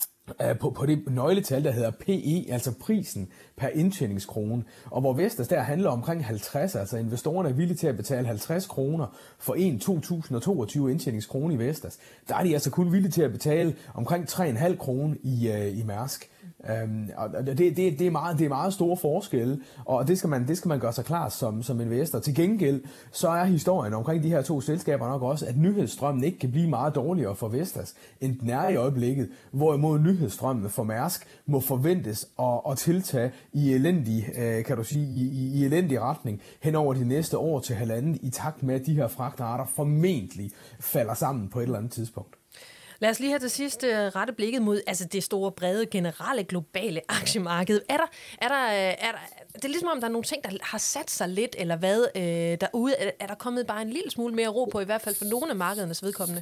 E: På, på det nøgletal, der hedder P E, altså prisen per indtjeningskrone, og hvor Vestas der handler omkring halvtreds, altså investorerne er villige til at betale halvtreds kroner for en to tusind og toogtyve indtjeningskrone i Vestas. Der er de altså kun villige til at betale omkring tre komma fem kroner i, uh, i Mærsk. Um, og det, det, det, er meget, det er meget store forskelle, og det skal man, det skal man gøre sig klar som, som investor. Til gengæld så er historien omkring de her to selskaber nok også, at nyhedsstrømmen ikke kan blive meget dårligere for Vestas, end den er i øjeblikket, hvorimod nyhedsstrømmen for Mærsk må forventes at, at tiltage i elendig, kan du sige, i, i elendig retning hen over de næste år til halvanden, i takt med, at de her fragtrater formentlig falder sammen på et eller andet tidspunkt.
A: Lad os lige her til sidst uh, rette blikket mod altså det store, brede, generelle, globale aktiemarked. Er der, er der, er der, det er ligesom om, der er nogle ting, der har sat sig lidt, eller hvad, øh, derude. Er, er der kommet bare en lille smule mere ro på, i hvert fald for nogle af markedernes vedkommende?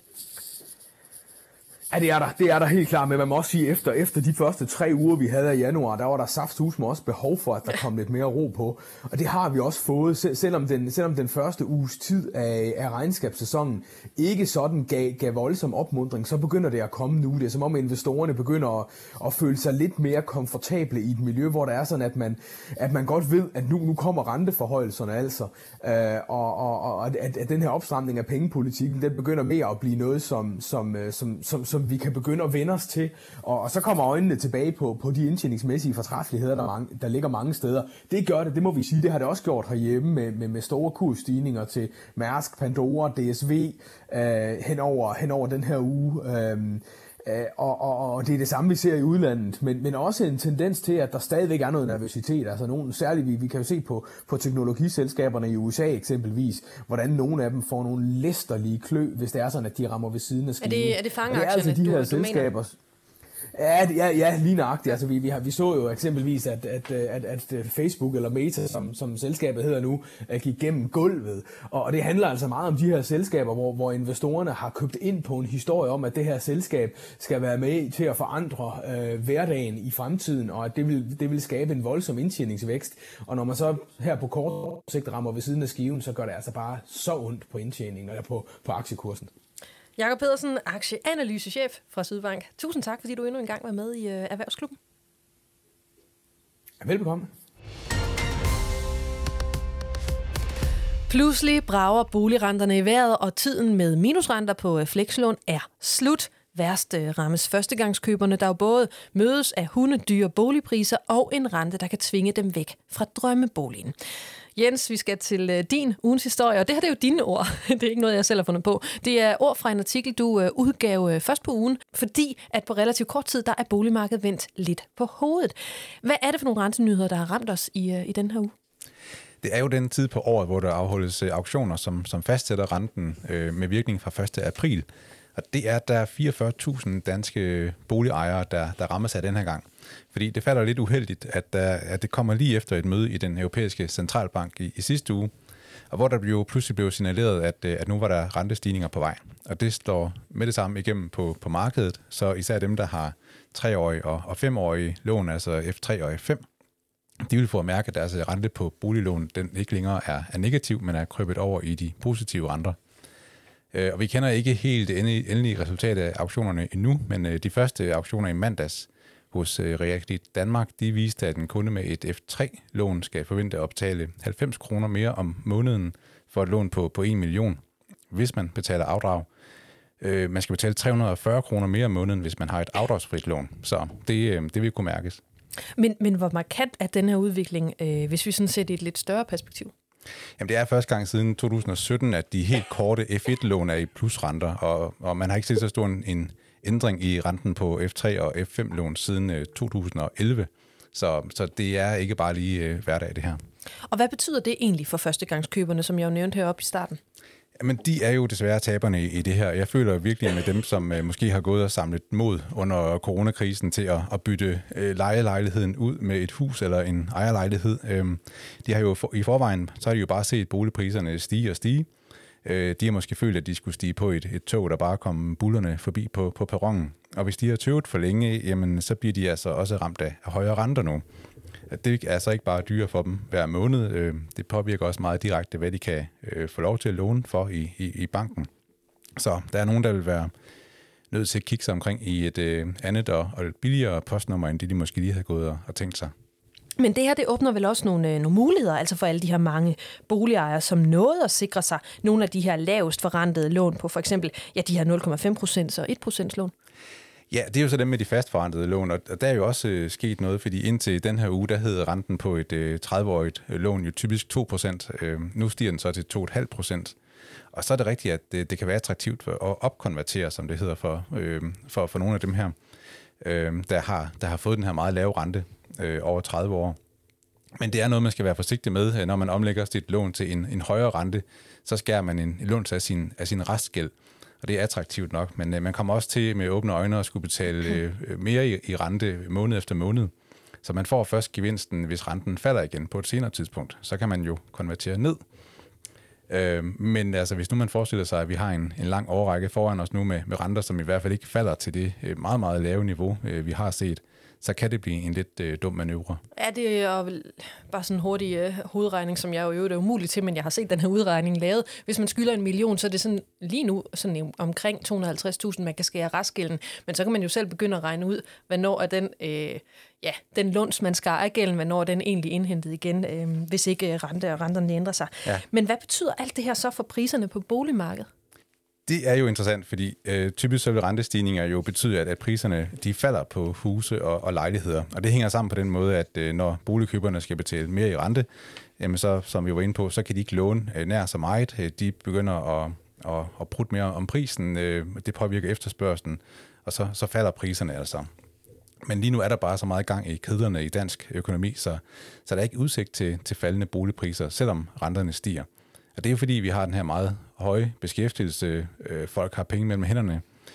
E: Ja, det er der. Det er der helt klart, men man må også sige, efter efter de første tre uger, vi havde i januar, der var der saftsus med også behov for, at der kom lidt mere ro på. Og det har vi også fået, sel- selvom, den, selvom den første uges tid af, af regnskabssæsonen ikke sådan gav, gav voldsom opmuntring, så begynder det at komme nu. Det er som om investorerne begynder at, at føle sig lidt mere komfortable i et miljø, hvor der er sådan, at man, at man godt ved, at nu, nu kommer renteforhøjelserne altså. Øh, og og, og at, at den her opstramning af pengepolitikken, den begynder mere at blive noget, som, som, som, som, som som vi kan begynde at vende os til, og, og så kommer øjnene tilbage på, på de indtjeningsmæssige fortræffeligheder, der, mange, der ligger mange steder. Det gør det, det må vi sige, det har det også gjort herhjemme med, med, med store kursstigninger til Mærsk, Pandora, D S V øh, henover, henover den her uge. Øh, Og, og, og det er det samme, vi ser i udlandet, men, men også en tendens til, at der stadigvæk er noget nervøsitet. Altså nogen, særligt, vi, vi kan jo se på, på teknologiselskaberne i U S A eksempelvis, hvordan nogle af dem får nogle læsterlige klø, hvis det er sådan, at de rammer ved siden af skiven.
A: Er det, er det fangeaktierne,
E: altså de her
A: du,
E: selskaber,
A: du
E: Ja, ja, ja, lige nøjagtigt. Altså, vi, vi, har, vi så jo eksempelvis, at, at, at, at Facebook eller Meta, som, som selskabet hedder nu, gik gennem gulvet. Og, og det handler altså meget om de her selskaber, hvor, hvor investorerne har købt ind på en historie om, at det her selskab skal være med til at forandre øh, hverdagen i fremtiden, og at det vil, det vil skabe en voldsom indtjeningsvækst. Og når man så her på kort sigt rammer ved siden af skiven, så gør det altså bare så ondt på indtjeningen eller på, på aktiekursen.
A: Jakob Pedersen, aktieanalysechef fra Sydbank. Tusind tak, fordi du endnu en gang var med i uh, Erhvervsklubben.
E: Velbekomme.
A: Pludselig brager boligrenterne i vejret, og tiden med minusrenter på flekslån er slut. Værst rammes førstegangskøberne, der jo både mødes af hundedyre boligpriser og en rente, der kan tvinge dem væk fra drømmeboligen. Jens, vi skal til din ugens historie, og det her det er jo dine ord. Det er ikke noget, jeg selv har fundet på. Det er ord fra en artikel, du udgav først på ugen, fordi at på relativt kort tid, der er boligmarkedet vendt lidt på hovedet. Hvad er det for nogle rentenyheder, der har ramt os i, i den her uge?
B: Det er jo den tid på året, hvor der afholdes auktioner, som, som fastsætter renten øh, med virkning fra første april. Og det er der fireogfyrre tusind danske boligejere, der, der rammer sig den her gang. Fordi det falder lidt uheldigt, at, der, at det kommer lige efter et møde i den europæiske centralbank i, i sidste uge, og hvor der jo pludselig blev signaleret, at, at nu var der rentestigninger på vej. Og det står med det samme igennem på, på markedet, så især dem, der har treårige og, og femårige lån, altså F tre og F fem, de vil få at mærke, at deres rente på boliglån den ikke længere er, er negativ, men er krøbet over i de positive renter. Og vi kender ikke helt det endelige resultat af auktionerne endnu, men de første auktioner i mandags hos Realkredit Danmark, de viste, at en kunde med et F tre lån skal forvente at optale halvfems kroner mere om måneden for et lån på, på en million, hvis man betaler afdrag. Man skal betale tre hundrede og fyrre kroner mere om måneden, hvis man har et afdragsfrit lån. Så det, det vil kunne mærkes.
A: Men, men hvor markant er den her udvikling, øh, hvis vi sådan ser det i et lidt større perspektiv?
B: Jamen, det er første gang siden to tusind og sytten, at de helt korte F et lån er i plusrenter, og, og man har ikke set så stor en, en ændring i renten på F tre og F fem lån siden øh, to tusind og elleve. Så, så det er ikke bare lige øh, hverdag, det her.
A: Og hvad betyder det egentlig for førstegangskøberne, som jeg jo nævnte heroppe i starten?
B: Jamen, de er jo desværre taberne i, i det her. Jeg føler virkelig med dem, som øh, måske har gået og samlet mod under coronakrisen til at, at bytte øh, lejelejligheden ud med et hus eller en ejerlejlighed. Øh, de har jo for, i forvejen, så har de jo bare set boligpriserne stige og stige. Øh, de har måske følt, at de skulle stige på et, et tog, der bare kom bullerne forbi på, på perronen. Og hvis de har tøvet for længe, jamen, så bliver de altså også ramt af højere renter nu. Det er altså ikke bare dyre for dem hver måned. Det påvirker også meget direkte, hvad de kan få lov til at låne for i, i, i banken. Så der er nogen, der vil være nødt til at kigge sig omkring i et andet og, og billigere postnummer, end det de måske lige havde gået og, og tænkt sig.
A: Men det her, det åbner vel også nogle, nogle muligheder, altså for alle de her mange boligejere, som nåede at sikre sig nogle af de her lavest forrentede lån på for eksempel, ja, de her nul komma fem procent og et procent lån.
B: Ja, det er jo så dem med de fastforrentede lån, og der er jo også øh, sket noget, fordi indtil den her uge, der hed renten på et øh, tredive-årigt lån jo typisk to procent. Øh, nu stiger den så til to komma fem procent. Og så er det rigtigt, at det, det kan være attraktivt for at opkonvertere, som det hedder for, øh, for, for nogle af dem her, øh, der, har, der har fået den her meget lave rente øh, over tredive år. Men det er noget, man skal være forsigtig med, når man omlægger sit lån til en, en højere rente, så skærer man en, en lån af sin, af sin restgæld. Og det er attraktivt nok, men øh, man kommer også til med åbne øjne at skulle betale øh, mere i, i rente måned efter måned. Så man får først gevinsten, hvis renten falder igen på et senere tidspunkt. Så kan man jo konvertere ned. Øh, men altså, hvis nu man forestiller sig, at vi har en, en lang årrække foran os nu med, med renter, som i hvert fald ikke falder til det øh, meget, meget lave niveau, øh, vi har set, så kan det blive en lidt øh, dum manøvre.
A: Er det og bare sådan en hurtig øh, hovedregning, som jeg jo det er umuligt til, men jeg har set den her udregning lavet. Hvis man skylder en million, så er det sådan lige nu sådan omkring to hundrede og halvtreds tusind, man kan skære restgælden. Men så kan man jo selv begynde at regne ud, hvornår er den, øh, ja, den lunds, man skar af gælden, hvornår er den egentlig indhentet igen, øh, hvis ikke rente og renterne ændrer sig. Ja. Men hvad betyder alt det her så for priserne på boligmarkedet?
B: Det er jo interessant, fordi øh, typisk så vil rentestigninger jo betyde, at, at priserne de falder på huse og, og lejligheder. Og det hænger sammen på den måde, at øh, når boligkøberne skal betale mere i rente, jamen så, som vi var inde på, så kan de ikke låne øh, nær så meget. Øh, de begynder at, at, at prutte mere om prisen. Øh, det påvirker efterspørgslen, og så, så falder priserne altså. Men lige nu er der bare så meget gang i kedlerne i dansk økonomi, så, så der er ikke udsigt til, til faldende boligpriser, selvom renterne stiger. Og det er jo fordi, vi har den her meget høje beskæftigelse. Folk har penge mellem hænderne.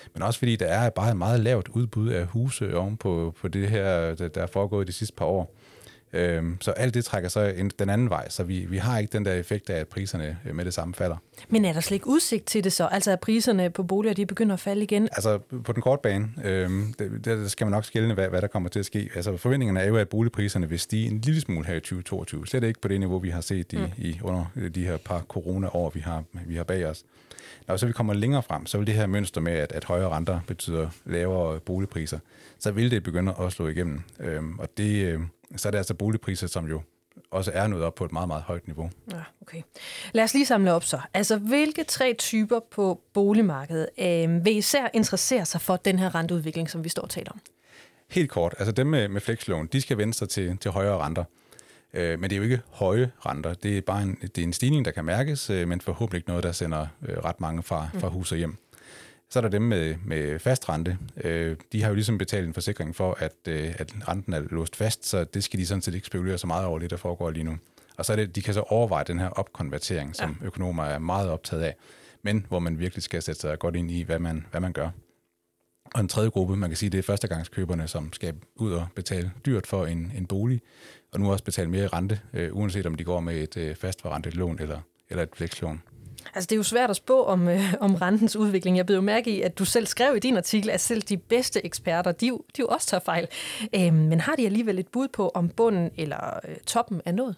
B: Men også fordi der er bare et meget lavt udbud af huse oven på, på det her, der er foregået de sidste par år. Øhm, så alt det trækker så en, den anden vej, så vi, vi har ikke den der effekt af, at priserne med det samme falder.
A: Men er der slet ikke udsigt til det så? Altså at priserne på boliger, de begynder at falde igen?
B: Altså på den korte bane, øhm, der, der skal man nok skelne, hvad, hvad der kommer til at ske. Altså forventningerne er jo, at boligpriserne vil stige en lille smule her i tyve toogtyve. Slet ikke på det niveau, vi har set i, mm. i under de her par corona-år, vi har, vi har bag os. Når så vi kommer længere frem, så vil det her mønster med, at, at højere renter betyder lavere boligpriser, så vil det begynde at slå igennem. Øhm, og det, øh, så er det altså boligpriser, som jo også er nået op på et meget, meget højt niveau.
A: Ja, okay. Lad os lige samle op så. Altså, hvilke tre typer på boligmarkedet øh, vil især interessere sig for den her renteudvikling, som vi står og taler om?
B: Helt kort. Altså dem med, med flekslån, de skal vende sig til, til højere renter. Øh, men det er jo ikke høje renter. Det er bare en, det er en stigning, der kan mærkes, øh, men forhåbentlig ikke noget, der sender øh, ret mange fra, fra hus og hjem. Så er der dem med, med fast rente. Øh, de har jo ligesom betalt en forsikring for, at, øh, at renten er låst fast, så det skal de sådan set ikke spekulere så meget over det, der foregår lige nu. Og så er det, de kan så overveje den her opkonvertering, som ja. økonomer er meget optaget af, men hvor man virkelig skal sætte sig godt ind i, hvad man, hvad man gør. Og en tredje gruppe, man kan sige, det er førstegangskøberne, som skal ud og betale dyrt for en, en bolig, og nu også betale mere i rente, øh, uanset om de går med et øh, fastforrentet lån eller, eller et flekslån.
A: Altså, det er jo svært at spå om, øh, om rentens udvikling. Jeg blev jo mærke i, at du selv skrev i din artikel, at selv de bedste eksperter, de, de jo også tager fejl. Øh, men har de alligevel et bud på, om bunden eller øh, toppen er nået?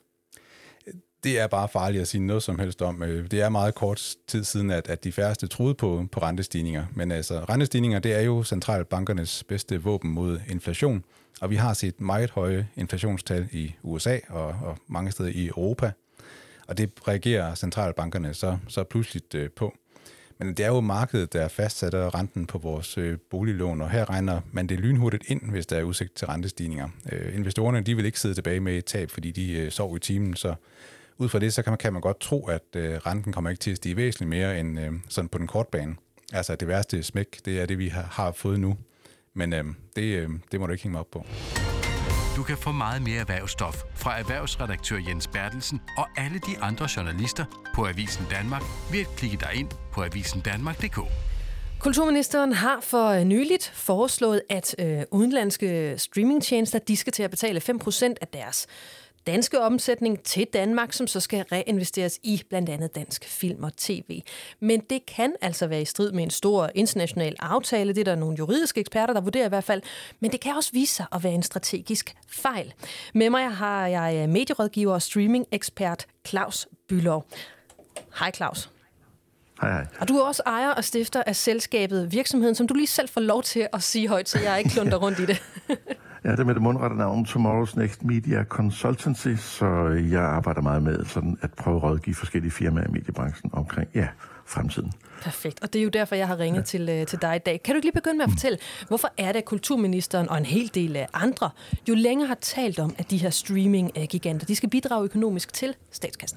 B: Det er bare farligt at sige noget som helst om. Det er meget kort tid siden, at, at de færreste troede på, på rentestigninger. Men altså, rentestigninger, det er jo centralbankernes bedste våben mod inflation. Og vi har set meget høje inflationstal i U S A og, og mange steder i Europa. Og det reagerer centralbankerne så, så pludseligt øh, på. Men det er jo markedet, der fastsætter renten på vores øh, boliglån, og her regner man det lynhurtigt ind, hvis der er udsigt til rentestigninger. Øh, investorerne, de vil ikke sidde tilbage med et tab, fordi de øh, sov i timen, så ud fra det, så kan man, kan man godt tro, at øh, renten kommer ikke til at stige væsentligt mere end øh, sådan på den korte bane. Altså det værste smæk, det er det, vi har, har fået nu. Men øh, det, øh, det må du ikke hænge mig op på.
F: Du kan få meget mere erhvervsstof fra erhvervsredaktør Jens Bertelsen og alle de andre journalister på Avisen Danmark ved at klikke dig ind på avisen danmark punktum d k.
A: Kulturministeren har for nyligt foreslået, at øh, udenlandske streamingtjenester, de skal til at betale fem procent af deres danske omsætning til Danmark, som så skal reinvesteres i blandt andet dansk film og tv. Men det kan altså være i strid med en stor international aftale. Det er der nogle juridiske eksperter, der vurderer i hvert fald. Men det kan også vise sig at være en strategisk fejl. Med mig har jeg medierådgiver og streaming-ekspert Claus Bülow. Hej Claus.
G: Hej, hej.
A: Og du er også ejer og stifter af selskabet Virksomheden, som du lige selv får lov til at sige højt, så jeg ikke klunder rundt i det.
G: Ja, det er med det mundrette navn Tomorrow's Next Media Consultancy, så jeg arbejder meget med sådan at prøve at rådgive forskellige firmaer i mediebranchen omkring, ja, fremtiden.
A: Perfekt, og det er jo derfor, jeg har ringet ja. til, til dig i dag. Kan du ikke lige begynde med at fortælle, hvorfor er det, at kulturministeren og en hel del af andre jo længere har talt om, at de her streaming-giganter, de skal bidrage økonomisk til statskassen?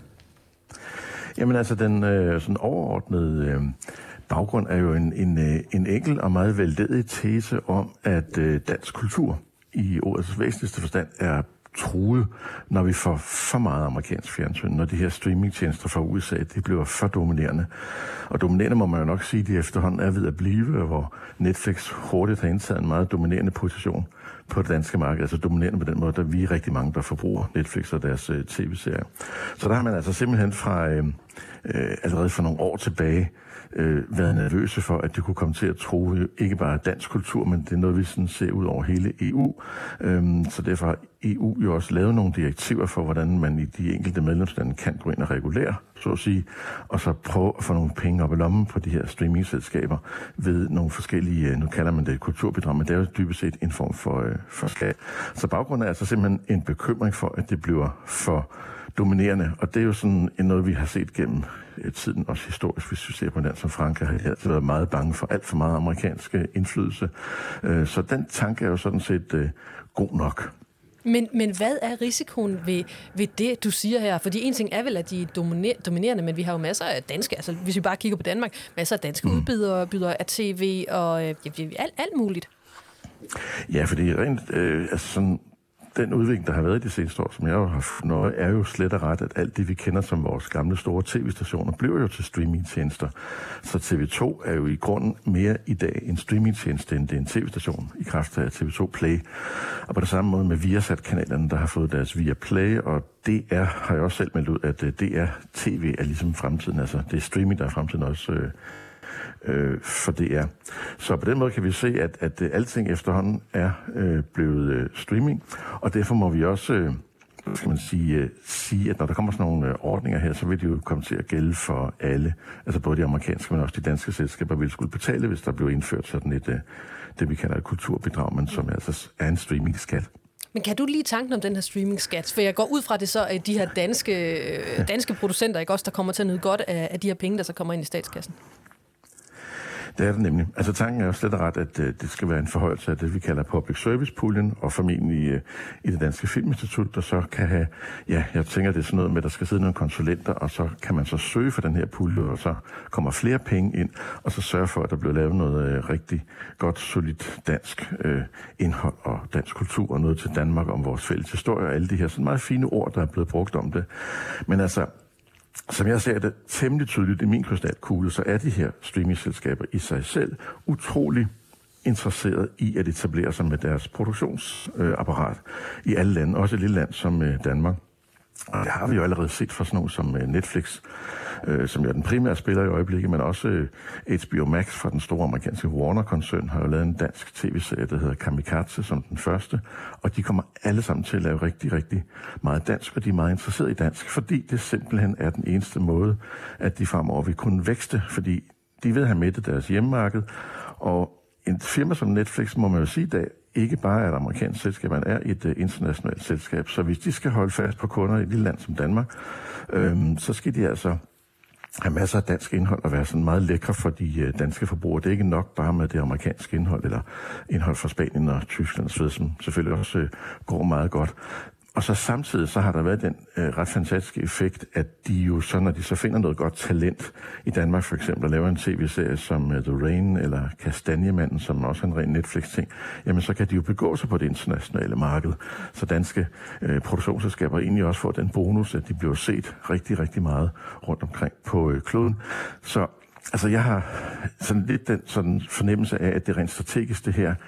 G: Jamen altså, den øh, sådan overordnede øh, baggrund er jo en, en, øh, en enkel og meget veldedig tese om, at øh, dansk kultur i ordets væsentligste forstand er truet, når vi får for meget amerikansk fjernsyn, når de her streamingtjenester fra U S A, de bliver for dominerende. Og dominerende må man jo nok sige, de efterhånden er ved at blive, hvor Netflix hurtigt har indtaget en meget dominerende position på det danske marked, altså dominerende på den måde, at vi er rigtig mange, der forbruger Netflix og deres øh, tv-serier. Så der har man altså simpelthen fra øh, øh, allerede for nogle år tilbage øh, været nervøse for, at det kunne komme til at true ikke bare dansk kultur, men det er noget, vi sådan ser ud over hele E U. Øhm, så derfor har E U jo også lavet nogle direktiver for, hvordan man i de enkelte medlemslande kan gå ind og regulere, så at sige, og så prøve at få nogle penge op i lommen på de her streamingselskaber ved nogle forskellige, nu kalder man det et kulturbidrag, men det er jo dybest set en form for, øh, for skat. Så baggrunden er altså simpelthen en bekymring for, at det bliver for dominerende, og det er jo sådan noget, vi har set gennem tiden, også historisk, hvis vi ser på den som Frankrig, har altid været meget bange for alt for meget amerikansk indflydelse. Så den tanke er jo sådan set god nok.
A: Men, men hvad er risikoen ved, ved det, du siger her? Fordi en ting er vel, at de er dominer, dominerende, men vi har jo masser af danske, altså hvis vi bare kigger på Danmark, masser af danske mm. udbydere, bydere af tv og ja, alt, alt muligt.
G: Ja, fordi rent, øh, altså sådan, den udvikling, der har været i de seneste år, som jeg jo har fundet, er jo slet og ret, at alt det, vi kender som vores gamle store tv-stationer, bliver jo til streamingtjenester. Så T V to er jo i grunden mere i dag en streamingtjeneste, end det er en tv-station i kraft af T V to Play. Og på det samme måde med Viasat-kanalerne, der har fået deres Viaplay, og D R har jeg også selv meldt ud, at D R T V er ligesom fremtiden. Altså, det er streaming, der er fremtiden også øh, øh, for D R. Så på den måde kan vi se, at, at alting efterhånden er øh, blevet øh, streaming, og derfor må vi også øh, skal man sige, øh, sige, at når der kommer sådan nogle øh, ordninger her, så vil de jo komme til at gælde for alle. Altså både de amerikanske, men også de danske selskaber vil skulle betale, hvis der bliver indført sådan et, øh, det vi kalder et kulturbidrag, men som altså er en streamingskat.
A: Men kan du lige tanken om den her streamingskat? For jeg går ud fra det så, at de her danske, danske producenter, ikke også, der kommer til at nyde godt af, af de her penge, der så kommer ind i statskassen?
G: Det er det nemlig. Altså tanken er jo slet og ret, at uh, det skal være en forhøjelse af det, vi kalder public service-puljen, og formentlig uh, i det Danske Filminstitut, der så kan have, ja, jeg tænker, det er sådan noget med, at der skal sidde nogle konsulenter, og så kan man så søge for den her pulje, og så kommer flere penge ind, og så sørge for, at der bliver lavet noget uh, rigtig godt, solidt dansk uh, indhold og dansk kultur, og noget til Danmark om vores fælles historie, og alle de her sådan meget fine ord, der er blevet brugt om det. Men altså, som jeg ser det temmelig tydeligt i min krystalkugle, så er de her streamingselskaber i sig selv utrolig interesseret i at etablere sig med deres produktionsapparat i alle lande, også et lille land som Danmark. Og det har vi jo allerede set for sådan noget som Netflix, øh, som jo er den primære spiller i øjeblikket, men også øh, H B O Max fra den store amerikanske Warner-koncern har jo lavet en dansk tv-serie, der hedder Kamikaze som den første, og de kommer alle sammen til at lave rigtig, rigtig meget dansk, og de er meget interesserede i dansk, fordi det simpelthen er den eneste måde, at de fremover vil kunne vækste, fordi de vil have mættet deres hjemmemarked, og en firma som Netflix, må man jo sige i dag, ikke bare er et amerikansk selskab, man er et uh, internationalt selskab. Så hvis de skal holde fast på kunder i et lille land som Danmark, øhm, så skal de altså have masser af dansk indhold og være sådan meget lækre for de uh, danske forbrugere. Det er ikke nok bare med det amerikanske indhold, eller indhold fra Spanien og Tyskland og så videre, som selvfølgelig også uh, går meget godt. Og så samtidig så har der været den øh, ret fantastiske effekt, at de jo så, når de så finder noget godt talent i Danmark for eksempel, og laver en tv-serie som uh, The Rain eller Kastanjemanden, som også er en ren Netflix-ting, jamen så kan de jo begå sig på det internationale marked. Så danske øh, produktionsselskaber egentlig også får den bonus, at de bliver set rigtig, rigtig meget rundt omkring på øh, kloden. Så altså jeg har sådan lidt den sådan fornemmelse af, at det rent strategisk det her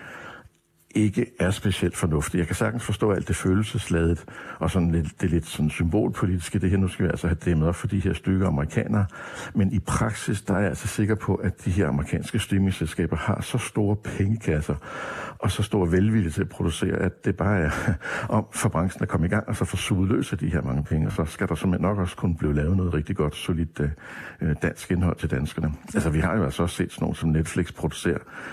G: ikke er specielt fornuftigt. Jeg kan sagtens forstå alt det følelsesladet og sådan lidt, det lidt sådan symbolpolitiske. Det her, nu skal vi altså have dæmmet op for de her stykker amerikanere. Men i praksis, der er jeg altså sikker på, at de her amerikanske streamingselskaber har så store pengekasser og så stor velvilje til at producere, at det bare er om for branchen at komme i gang og så få suget løs af de her mange penge. Og så skal der simpelthen nok også kunne blive lavet noget rigtig godt, solidt øh, dansk indhold til danskerne. Altså vi har jo altså også set sådan nogle, som Netflix producerer,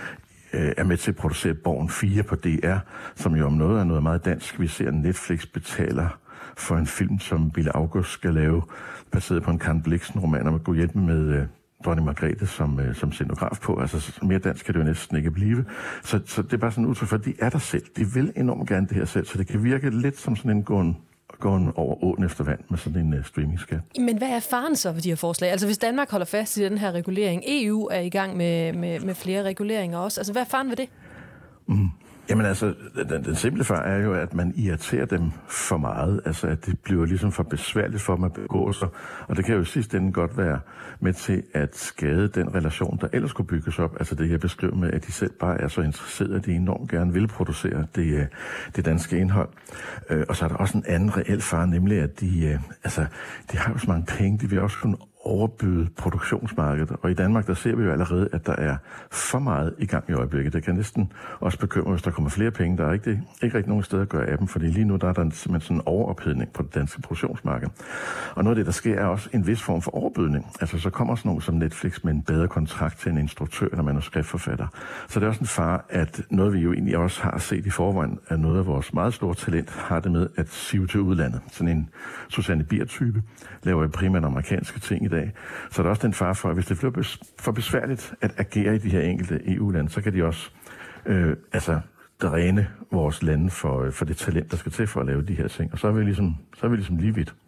G: er med til at producere Borgen fire på D R, som jo om noget er noget meget dansk. Vi ser, at Netflix betaler for en film, som Bille August skal lave, baseret på en Karen Blixen-roman, om at gå hjælp med uh, dronning Margrethe som, uh, som scenograf på. Altså mere dansk kan det jo næsten ikke blive. Så, så det er bare sådan en udtryk for, at de er der selv. De vil enormt gerne det her selv, så det kan virke lidt som sådan en gåen går over åen efter vand med sådan en uh, streamingskat. Men
A: hvad er faren så ved de her forslag? Altså hvis Danmark holder fast i den her regulering, E U er i gang med, med, med flere reguleringer også. Altså hvad er faren ved det?
G: Mm. Jamen altså, den, den simple far er jo, at man irriterer dem for meget. Altså, at det bliver ligesom for besværligt for dem at begå sig. Og det kan jo i sidste ende godt være med til at skade den relation, der ellers kunne bygges op. Altså det, jeg beskriver med, at de selv bare er så interesserede, at de enormt gerne vil producere det, det danske indhold. Og så er der også en anden reel far, nemlig at de, altså, de har jo så mange penge, de vil også kunne overbyde produktionsmarkedet. Og i Danmark, der ser vi jo allerede, at der er for meget i gang i øjeblikket. Det kan næsten også bekymre, hvis der kommer flere penge. Der er ikke, ikke rigtig nogen steder at gøre af dem, fordi lige nu der er der simpelthen sådan en overophedning på det danske produktionsmarked. Og noget af det, der sker, er også en vis form for overbydning. Altså så kommer sådan nogen som Netflix med en bedre kontrakt til en instruktør eller manuskriptforfatter. Så det er også en fare, at noget vi jo egentlig også har set i forvejen, at noget af vores meget store talent har det med at sive til udlandet. Sådan en Susanne Bier-type laver jo primært amerikanske ting i dag. Så der er også den fare for, at hvis det bliver for besværligt at agere i de her enkelte E U-lande, så kan de også øh, altså dræne vores lande for, for det talent, der skal til for at lave de her ting. Og så er vi ligesom, så er vi ligesom lige vidt.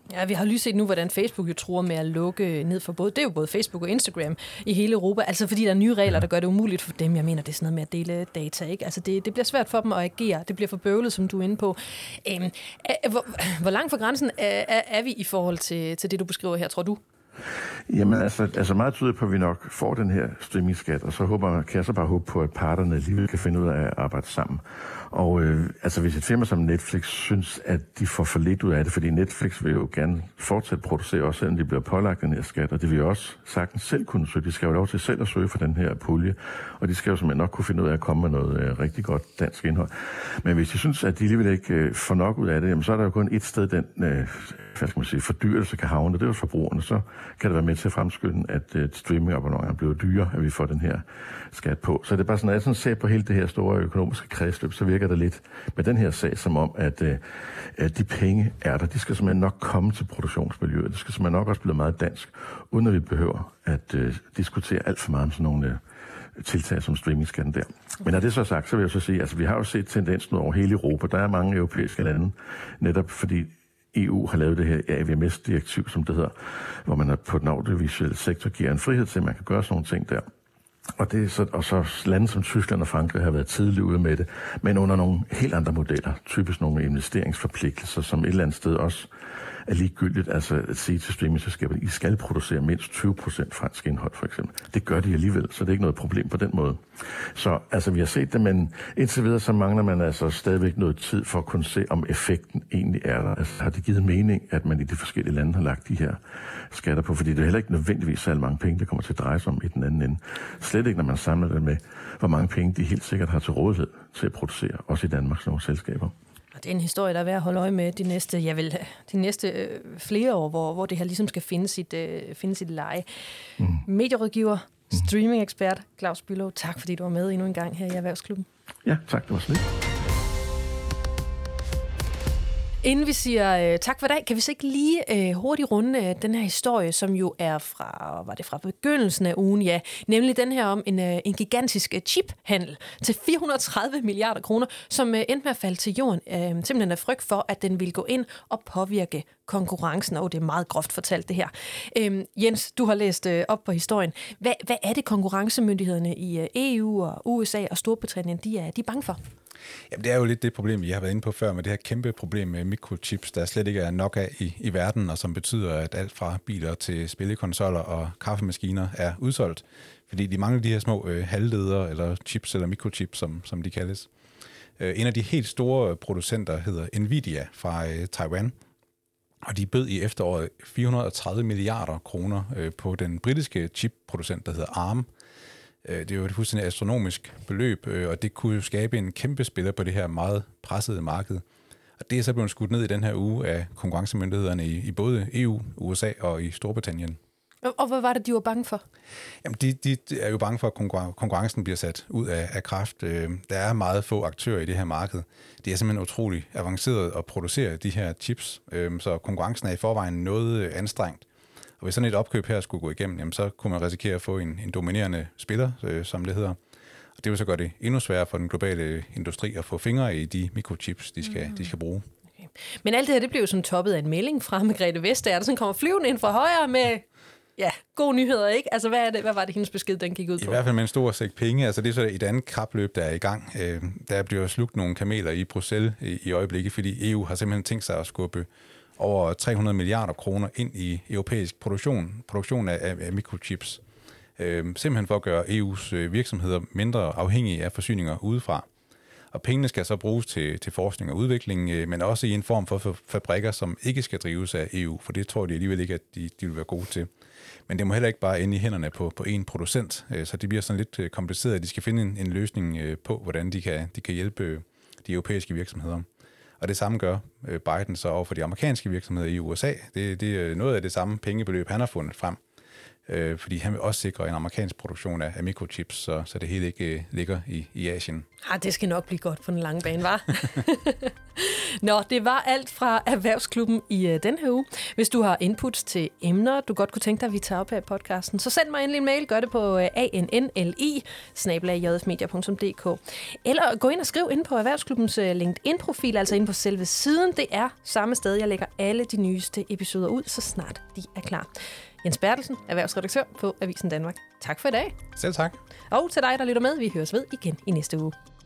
A: Ja, vi har lige set nu, hvordan Facebook jo truer med at lukke ned for både, det er jo både Facebook og Instagram i hele Europa, altså fordi der er nye regler, der gør det umuligt for dem. Jeg mener, det er sådan noget med at dele data, ikke? Altså det, det bliver svært for dem at agere, det bliver for bøvlet, som du er inde på. Øhm, hvor, hvor langt fra grænsen er, er, er vi i forhold til, til det, du beskriver her, tror du?
G: Jamen altså, altså meget tyder på, at vi nok får den her streamingskat, og så håber, kan jeg så bare håbe på, at parterne alligevel kan finde ud af at arbejde sammen. Og øh, altså hvis et firma som Netflix synes, at de får for lidt ud af det, fordi Netflix vil jo gerne fortsætte producere, også selvom de bliver pålagt den her skat, og det vil jo også sagtens selv kunne søge. De skal jo lov til selv at søge for den her pulje, og de skal jo simpelthen nok kunne finde ud af at komme med noget øh, rigtig godt dansk indhold. Men hvis de synes, at de alligevel ikke øh, får nok ud af det, jamen, så er der jo kun et sted, den øh, hvad skal man sige, fordyrelse kan havne, det er jo forbrugerne. Så kan det være med til at fremskynde, at øh, streamingabonnementer bliver dyre, at vi får den her skat på. Så det er bare sådan, når jeg sådan ser på hele det her store økonomiske kredsløb, så virker det lidt med den her sag som om, at, øh, at de penge er der. De skal simpelthen nok komme til produktionsmiljøet. Det skal simpelthen nok også blive meget dansk, uden at vi behøver at øh, diskutere alt for meget om sådan nogle øh, tiltag som streamingskatten der. Men når det så er sagt, så vil jeg så sige, altså vi har jo set tendensen over hele Europa. Der er mange europæiske lande, netop fordi E U har lavet det her A V M S-direktiv, som det hedder, hvor man på den audiovisuelle sektor giver en frihed til, at man kan gøre sådan nogle ting der. Og, det er så, og så lande som Tyskland og Frankrig har været tidligt ude med det, men under nogle helt andre modeller, typisk nogle investeringsforpligtelser, som et eller andet sted også er ligegyldigt, altså at sige til streamingselskaberne, I skal producere mindst tyve procent fransk indhold, for eksempel. Det gør de alligevel, så det er ikke noget problem på den måde. Så altså, vi har set det, men indtil videre, så mangler man altså stadigvæk noget tid for at kunne se, om effekten egentlig er der. Altså, har det givet mening, at man i de forskellige lande har lagt de her skatter på? Fordi det er heller ikke nødvendigvis så mange penge, der kommer til at dreje sig om i den anden ende. Slet ikke, når man samler det med, hvor mange penge de helt sikkert har til rådighed til at producere, også i Danmarks nogle selskaber.
A: Det er en historie, der er værd at holde øje med de næste, jeg vil, de næste øh, flere år, hvor, hvor det her ligesom skal finde sit, øh, finde sit leje. Mm. Medierådgiver, streaming-ekspert Claus Bülow, tak fordi du var med endnu en gang her i Erhvervsklubben.
G: Ja, tak. Det var slet.
A: Inden vi siger øh, tak for i dag, kan vi så ikke lige øh, hurtigt runde øh, den her historie, som jo er fra, var det fra begyndelsen af ugen, ja, nemlig den her om en, øh, en gigantisk øh, chiphandel til fire hundrede og tredive milliarder kroner, som øh, endte med at falde til jorden, øh, simpelthen af frygt for, at den ville gå ind og påvirke konkurrencen, og det er meget groft fortalt det her. Øh, Jens, du har læst øh, op på historien. Hvad, hvad er det konkurrencemyndighederne i øh, E U og U S A og Storbritannien, de er, de er bange for?
B: Jamen, det er jo lidt det problem, vi har været inde på før, med det her kæmpe problem med mikrochips, der slet ikke er nok af i, i verden, og som betyder, at alt fra biler til spillekonsoller og kaffemaskiner er udsolgt, fordi de mangler de her små øh, halvledere, eller chips, eller mikrochips, som, som de kaldes. Øh, en af de helt store producenter hedder Nvidia fra øh, Taiwan, og de bød i efteråret fire hundrede og tredive milliarder kroner øh, på den britiske chipproducent, der hedder ARM. Det er jo et fuldstændig astronomisk beløb, og det kunne jo skabe en kæmpe spiller på det her meget pressede marked. Og det er så blevet skudt ned i den her uge af konkurrencemyndighederne i, i både E U, U S A og i Storbritannien.
A: Og hvad var det, de var bange for?
B: Jamen, de, de er jo bange for, at konkurrencen bliver sat ud af, af kraft. Der er meget få aktører i det her marked. Det er simpelthen utroligt avanceret at producere de her chips, så konkurrencen er i forvejen noget anstrengt. Og hvis sådan et opkøb her skulle gå igennem, jamen, så kunne man risikere at få en, en dominerende spiller, øh, som det hedder. Og det vil så gøre det endnu sværere for den globale industri at få fingre i de mikrochips, de skal, mm. de skal bruge.
A: Okay. Men alt det her, det blev jo sådan toppet af en melding fra Margrethe Vestager, der sådan kommer flyvende ind fra højre med, ja, gode nyheder, ikke? Altså, hvad, er det, hvad var det, hendes besked, den gik ud på?
B: I hvert fald med en stor sæk penge. Altså, det er så et andet kapløb, der er i gang. Øh, der bliver slugt nogle kameler i Bruxelles i, i øjeblikket, fordi E U har simpelthen tænkt sig at skubbe over tre hundrede milliarder kroner ind i europæisk produktion, produktion af, af mikrochips. Øh, simpelthen for at gøre E U's virksomheder mindre afhængige af forsyninger udefra. Og pengene skal så bruges til, til forskning og udvikling, øh, men også i en form for fabrikker, som ikke skal drives af E U, for det tror de alligevel ikke, at de, de vil være gode til. Men det må heller ikke bare ende i hænderne på, på én producent, øh, så det bliver sådan lidt kompliceret. De skal finde en, en løsning øh, på, hvordan de kan, de kan hjælpe de europæiske virksomheder. Og det samme gør Biden så over for de amerikanske virksomheder i U S A. Det, det er noget af det samme pengebeløb, han har fundet frem. øh, fordi han vil også sikre en amerikansk produktion af, af mikrochips, så, så det hele ikke øh, ligger i, i Asien.
A: Ah, det skal nok blive godt på den lange bane, var. Nå, det var alt fra Erhvervsklubben i uh, den her uge. Hvis du har inputs til emner, du godt kunne tænke dig, at vi tager op her i podcasten, så send mig endelig en mail. Gør det på uh, annli snabel-a j f media punktum d k. Eller gå ind og skriv ind på Erhvervsklubbens uh, LinkedIn-profil, altså ind på selve siden. Det er samme sted, jeg lægger alle de nyeste episoder ud, så snart de er klar. Jens Bertelsen, erhvervsredaktør på Avisen Danmark. Tak for i dag.
B: Selv tak.
A: Og til dig, der lytter med, vi høres ved igen i næste uge.